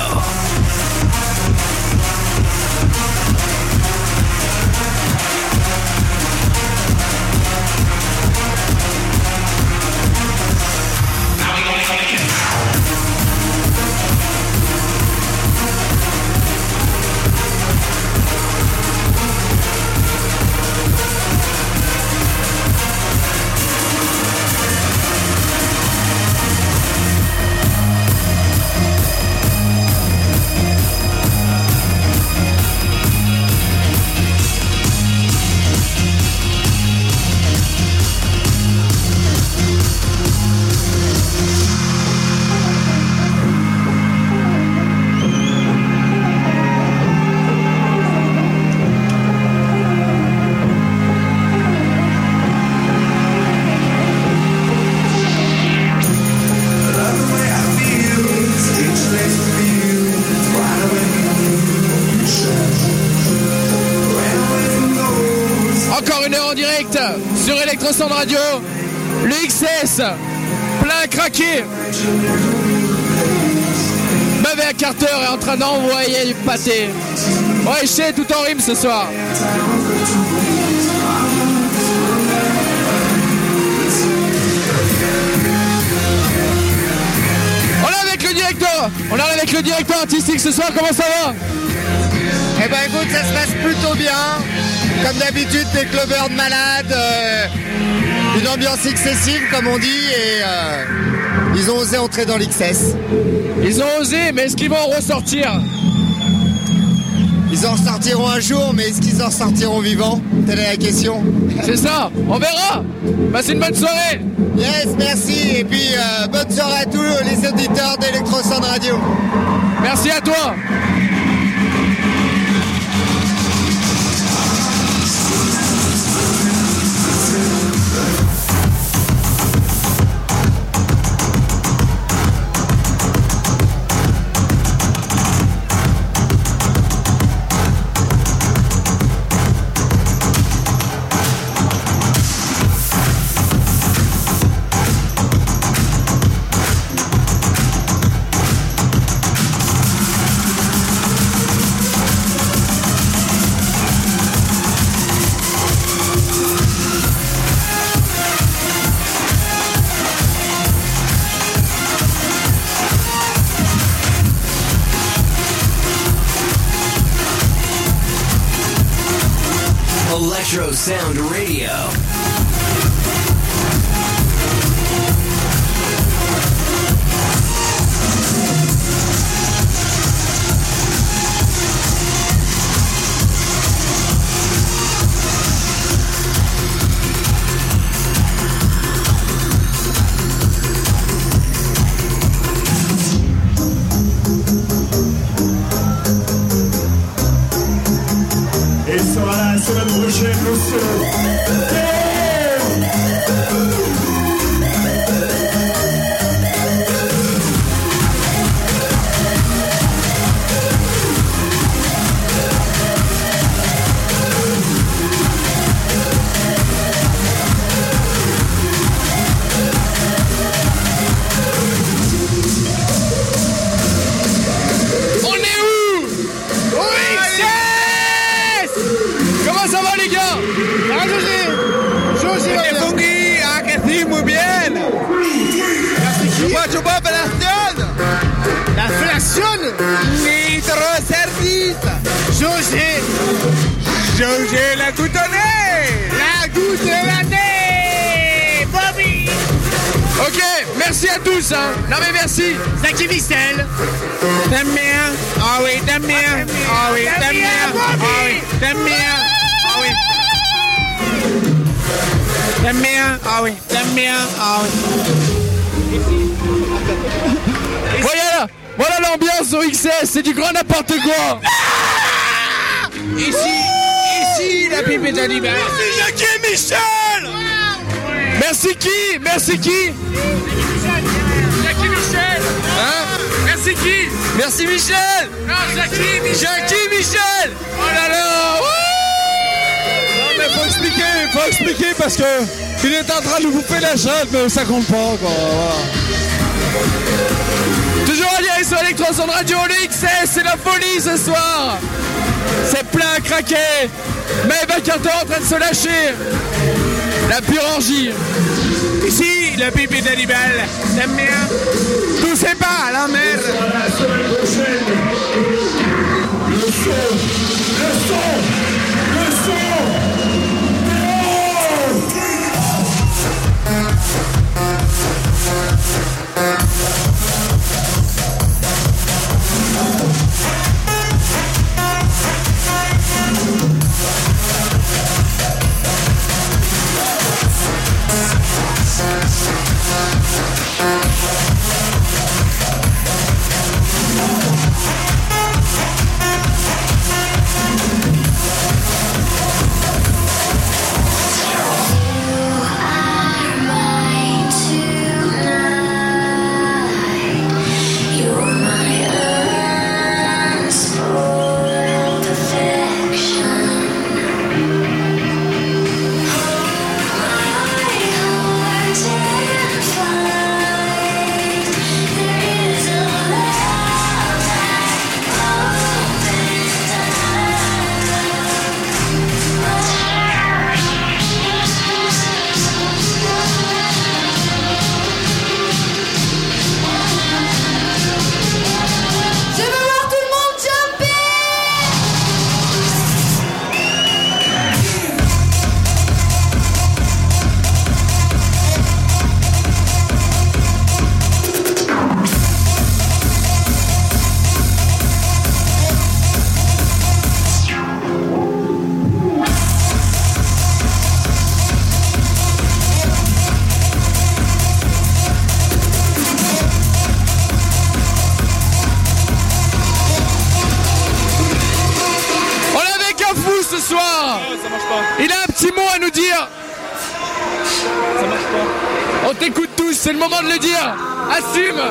Encore une heure en direct sur Electro Sound Radio. Le X S, plein craqué. Mauvais Carter est en train d'envoyer du pâté. Ouais, je sais, tout en rime ce soir. On est avec le directeur. On est avec le directeur artistique ce soir. Comment ça va? Eh ben écoute, ça se passe plutôt bien. comme d'habitude, des clubbers de malades, euh, une ambiance excessive, comme on dit, et euh, ils ont osé entrer dans l'X S. Ils ont osé, mais est-ce qu'ils vont en ressortir? Ils en ressortiront un jour, mais est-ce qu'ils en sortiront vivants? Telle est la question. C'est ça, on verra. Passez une bonne soirée. Yes, merci. Et puis, euh, bonne soirée à tous les auditeurs d'Electrosound Radio. Merci à toi. Electro Sound Radio. Et sera là la semaine prochaine, le son. On est où? Au X S. Comment ça va les gars? Ah José José Que fungi, ah que sí, muy bien. Chupa chupa operación. La fellation. Nitro service. José José la coutonnée. La goutte de l'année. Bobby. Ok, merci à tous hein. Non mais merci. Zaki Michel. T'aimes bien? Ah oui, t'aimes bien. Ah oui, t'aimes bien. Ah oui, t'aimes bien. Ah oui. T'aimes bien? Ah oui, t'aimes bien. Ah oui. Voilà, voilà l'ambiance au X S, c'est du grand n'importe quoi. Ici, ici, la pipe d'animal. Merci Jackie et Michel. Merci qui? Merci qui? Jackie Michel. Hein? Merci qui? Merci Michel. Non, Jackie Michel. Jackie Michel. Oh là là. Non mais faut expliquer, faut expliquer parce que il est en train de bouffer la chatte, mais ça compte pas quoi. Voilà. Toujours en direct sur Electrosound Radio, le X S, c'est la folie ce soir. C'est plein à craquer. Mais Carter en train de se lâcher. La pure orgie. Ici, la pipe d'animal. T'aimes bien? Tout c'est pas à la merde. La semaine prochaine, le son, le son, le son. à nous dire? Ça marche pas. On t'écoute tous, c'est le moment de le dire. Assume.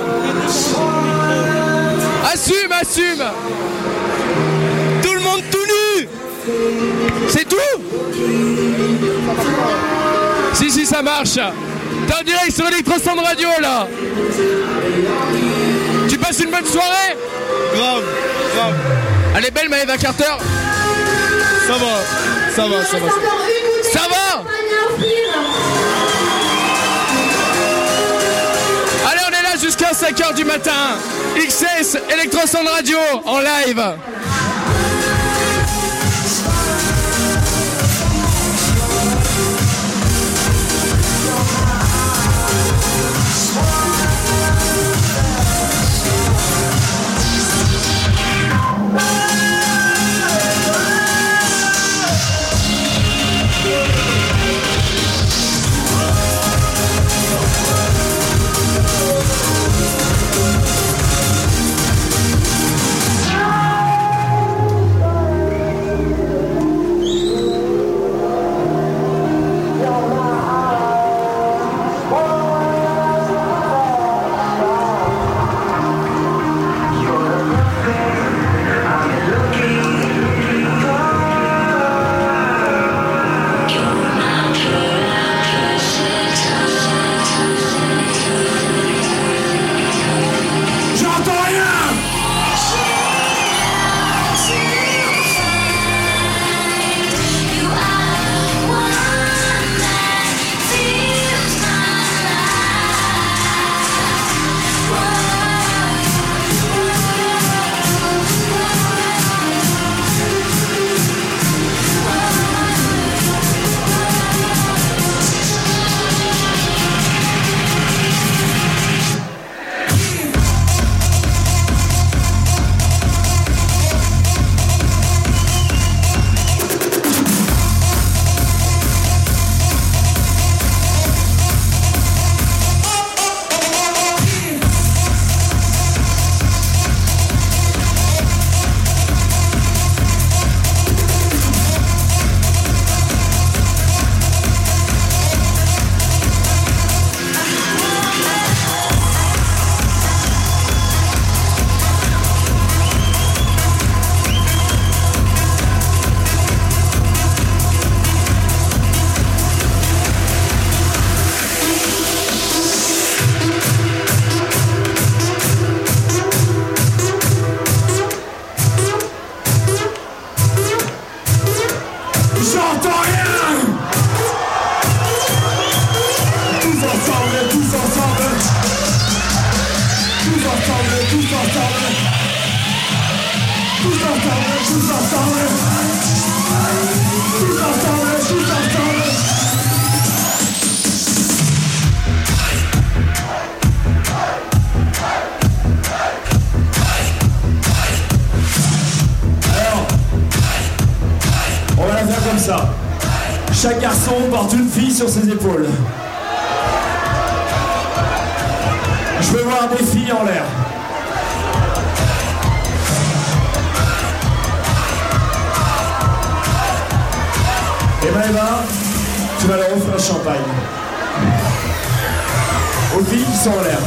Assume, assume. Tout le monde tout nu. C'est tout? Si, si, ça marche. T'es en direct sur Electrosound Radio, là. Tu passes une bonne soirée? Grave, grave. Elle est belle, Maëva Carter? Ça va, ça va, ça va. Ça va? Allez, on est là jusqu'à cinq heures du matin. X S, Electrosound Radio, en live. Chaque garçon porte une fille sur ses épaules. Je veux voir des filles en l'air. Et Maëva, tu vas leur offrir un champagne. Aux filles qui sont en l'air.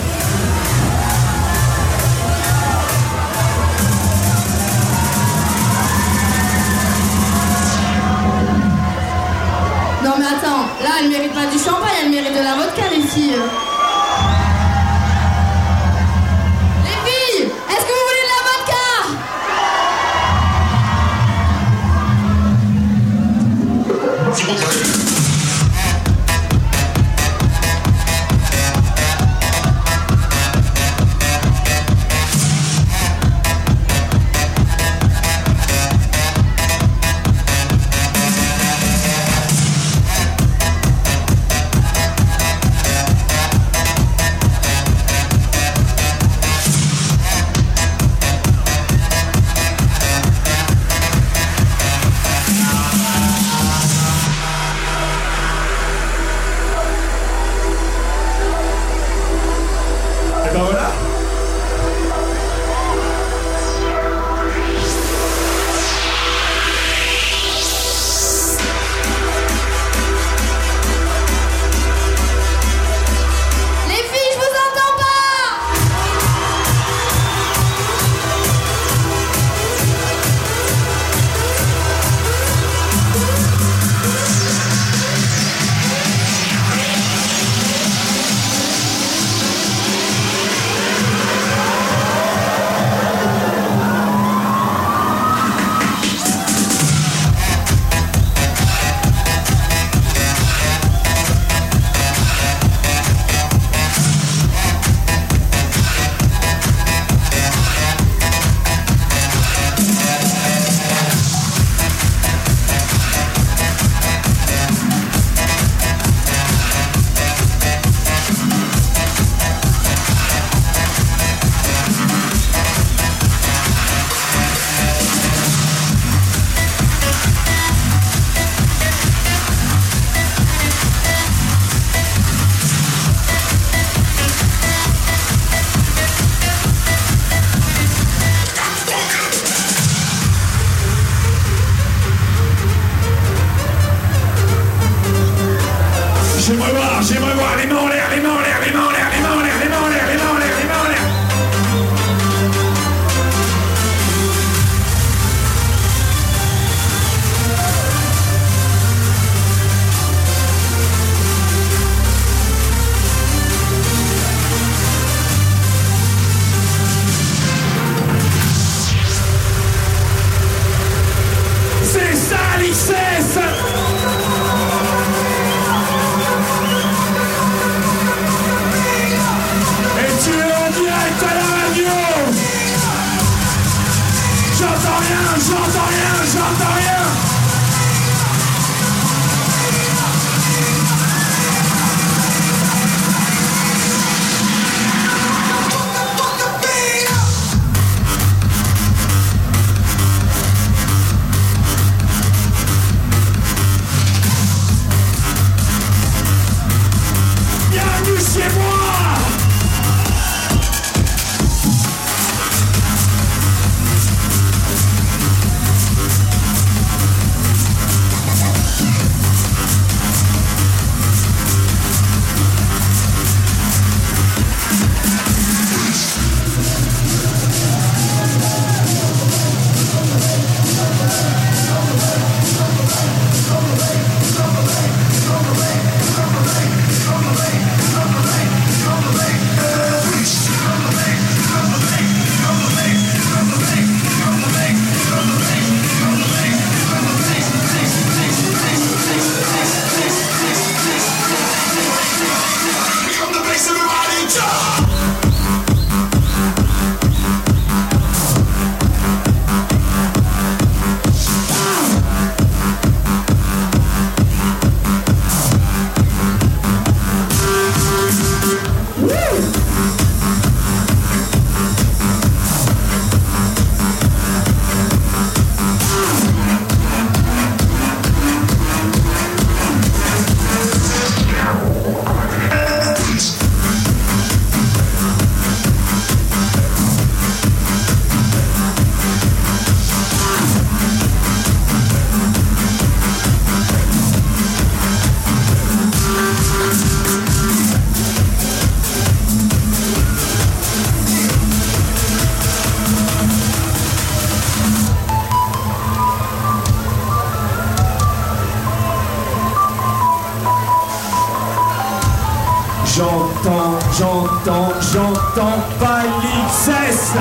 Non mais attends, là elle mérite pas du champagne, elle mérite de la vodka les filles. Les filles, est-ce que vous voulez de la vodka? J'aimerais voir, j'aimerais voir les mains en l'air, les mains en l'air, les mains en l'air, les mains en l'air, les mains en l'air, les mains en l'air, les mains en l'air. C'est ça l'I C S. Et tu es en direct à la radio. J'entends rien, j'entends rien, j'entends rien. Bienvenue chez moi. J'entends, j'entends, j'entends pas l'I C S.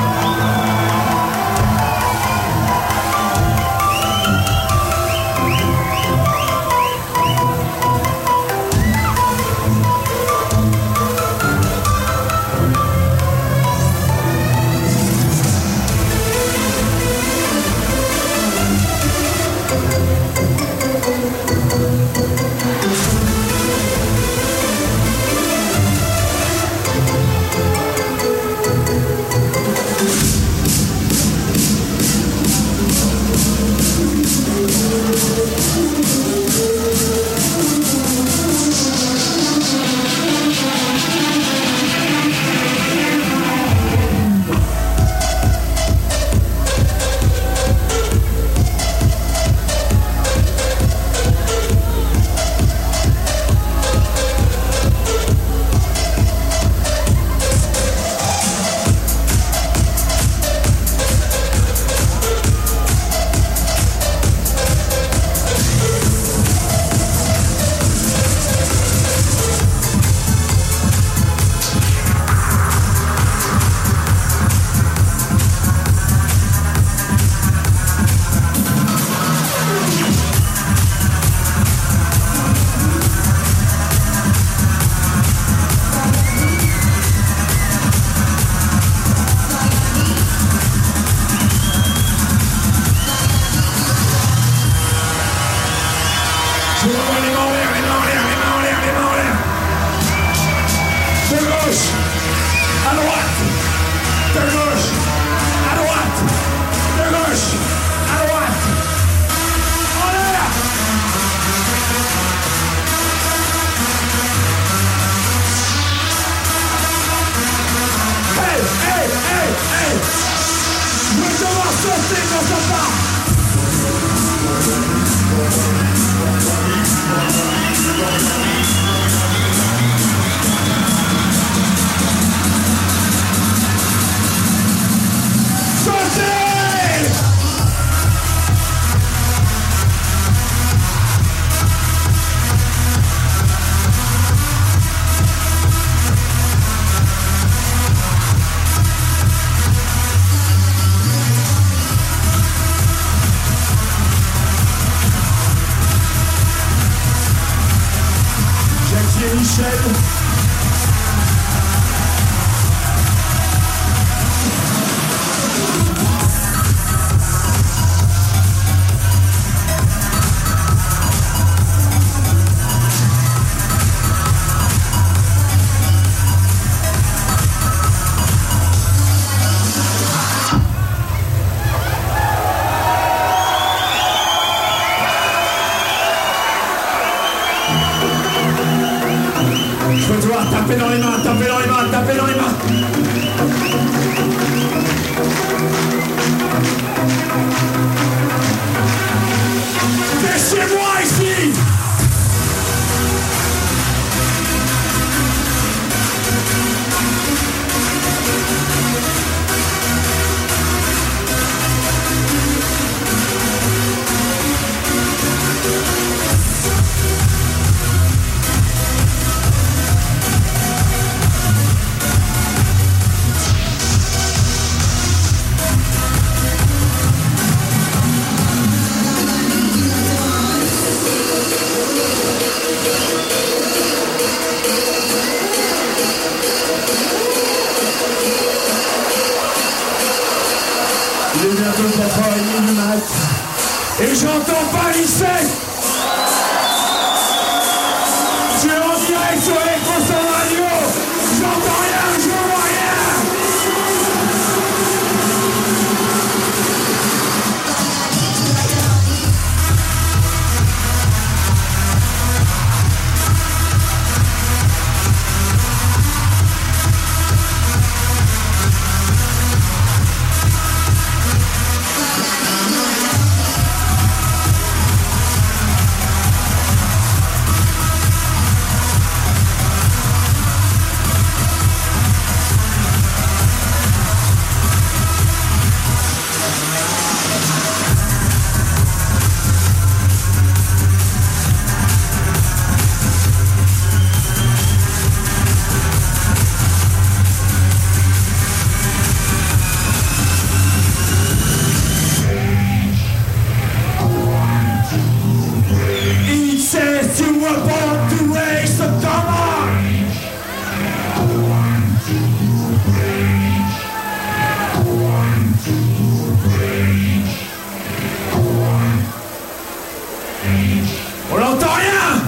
Je vois les mains en l'air, les mains en l'air, les mains en l'air, les mains en l'air. De gauche, à droite, de gauche, à droite, de gauche, à droite. En l'air. Hey, hey, hey, hey. Je veux devoir sauter quand ça part. We'll be right back. et Michel. Je veux te voir taper dans les mains, taper dans les mains, taper dans les mains. T'es chez moi ici. Il est bientôt quatre heures trente du mat. Et j'entends pas lycée. Je suis en direct sur Electro Radio. J'entends rien, je vois rien. On n'entend rien.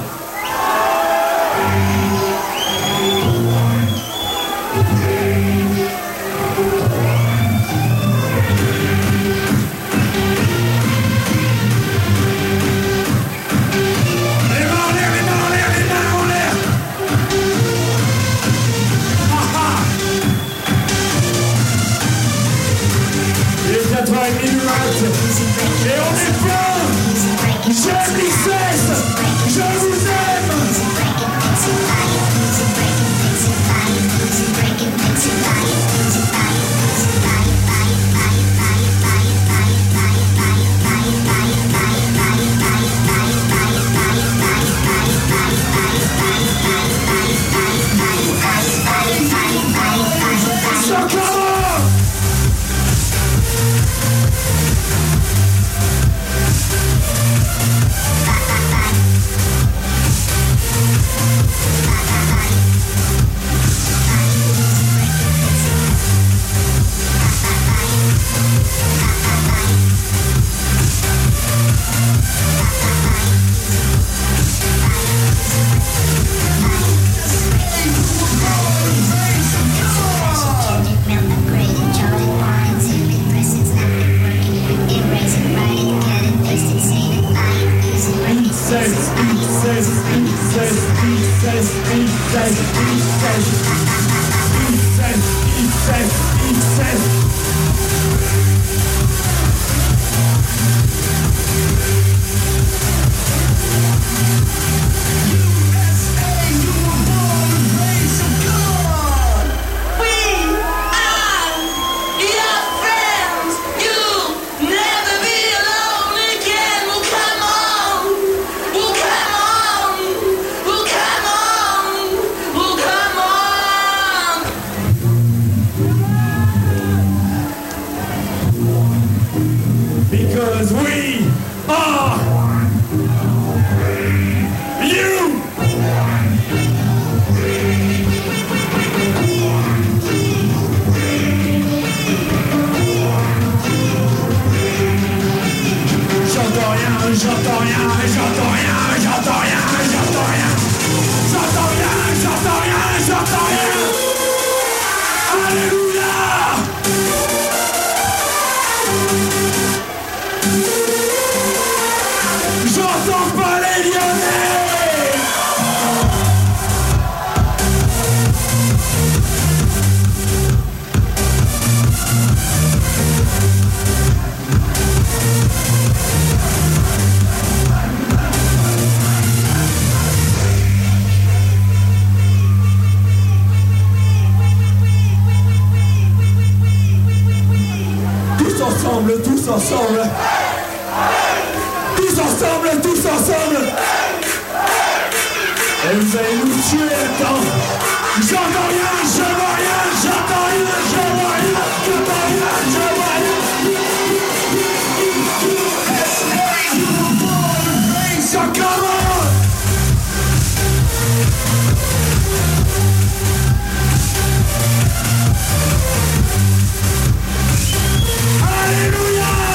Les mains en l'air, les mains en l'air, les mains en l'air. Ah ah. Il est quatre heures trente du mat. Et on est plein. J'aime l'I C E S. Je vous aime. Ça commence. Because we are tous ensemble. Tous ensemble, tous ensemble. Et vous allez nous tuer là-dedans. J'entends rien, je vois rien, j'entends rien, je vois rien, j'entends rien, je vois rien. So come on! Hallelujah!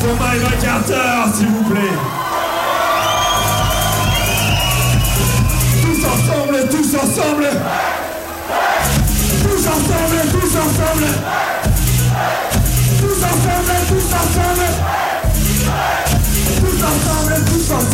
Pour Maëva Carter, s'il vous plaît. Tous ensemble, tous ensemble. Tous ensemble, tous ensemble. Tous ensemble, tous ensemble. Tous ensemble, tous ensemble.